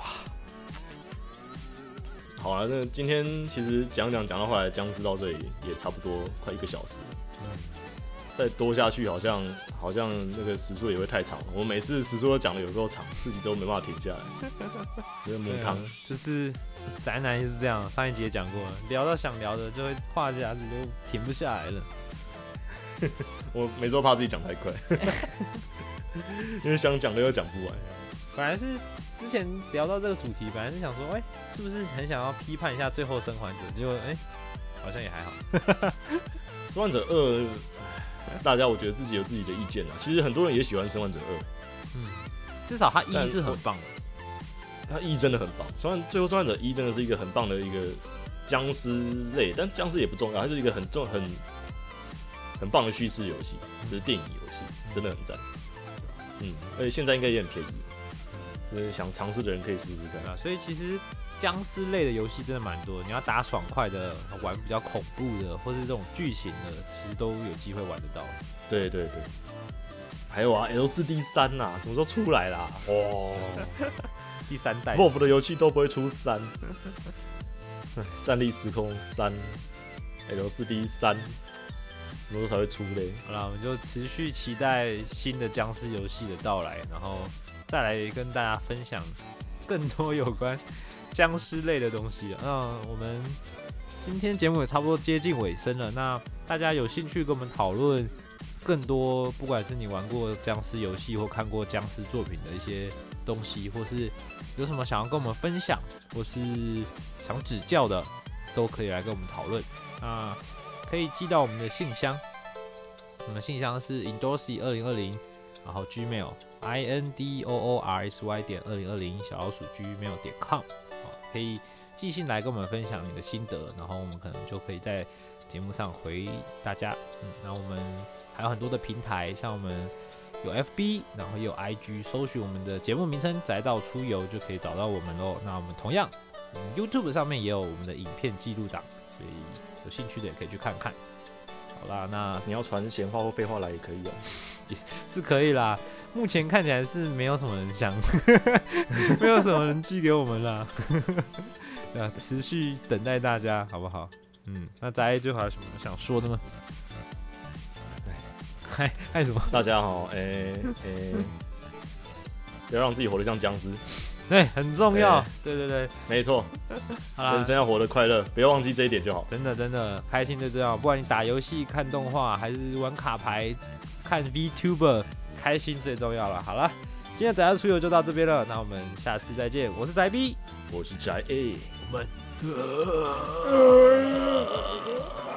好了，那今天其实讲到后来，僵尸到这里也差不多快1个小时了。再多下去好像那个时速也会太长了。我每次时速都讲的有够长，自己都没办法停下来。因为母汤
就是宅男就是这样，上一集也讲过了，聊到想聊的就会话匣子就停不下来了。
我每次都怕自己讲太快，因为想讲的又讲不完。
本来是之前聊到这个主题，本来是想说，是不是很想要批判一下《最后生还者》，结果好像也还好。
生还者2，大家我觉得自己有自己的意见啊。其实很多人也喜欢生还者2，
至少他1是很棒的，
他1真的很棒。最后生还者1真的是一个很棒的一个僵尸类，但僵尸也不重要，它是一个很棒的叙事游戏，就是电影游戏，真的很赞。而且现在应该也很便宜。就是想尝试的人可以试试看。
所以其实僵尸类的游戏真的蛮多的，你要打爽快的，玩比较恐怖的，或是这种剧情的，其实都有机会玩得到。
对对对，还有啊 L4D3 啊，什么时候出来啦？
第3代
Wolf 的游戏都不会出3。战力时空3 L4D3 什么时候才会出嘞？
好啦，我们就持续期待新的僵尸游戏的到来，然后再来跟大家分享更多有关僵尸类的东西了。那我们今天节目也差不多接近尾声了，那大家有兴趣跟我们讨论更多，不管是你玩过僵尸游戏或看过僵尸作品的一些东西，或是有什么想要跟我们分享，或是想指教的，都可以来跟我们讨论。那可以寄到我们的信箱，我们的信箱是 indorsy2020， 然后 Gmail indoorsy.2020@gmail.com， 可以寄信来跟我们分享你的心得，然后我们可能就可以在节目上回大家。那我们还有很多的平台，像我们有 FB， 然后也有 IG， 搜寻我们的节目名称宅到出游就可以找到我们咯。那我们同样YouTube 上面也有我们的影片记录档，所以有兴趣的也可以去看看。好啦，那
你要传闲话或废话来也可以
是可以啦。目前看起来是没有什么人想，没有什么人寄给我们啦。持续等待大家，好不好？那宅最后还有什么想说的吗？还什么？
大家好，不要让自己活得像僵尸。
对，很重要。对对对，
没错。
好啦，
人生要活得快乐，不要忘记这一点就好。
真的真的，开心最重要。不管你打游戏、看动画，还是玩卡牌、看 VTuber， 开心最重要了。好了，今天宅到出游就到这边了，那我们下次再见。我是宅 B，
我是宅 A，
我们。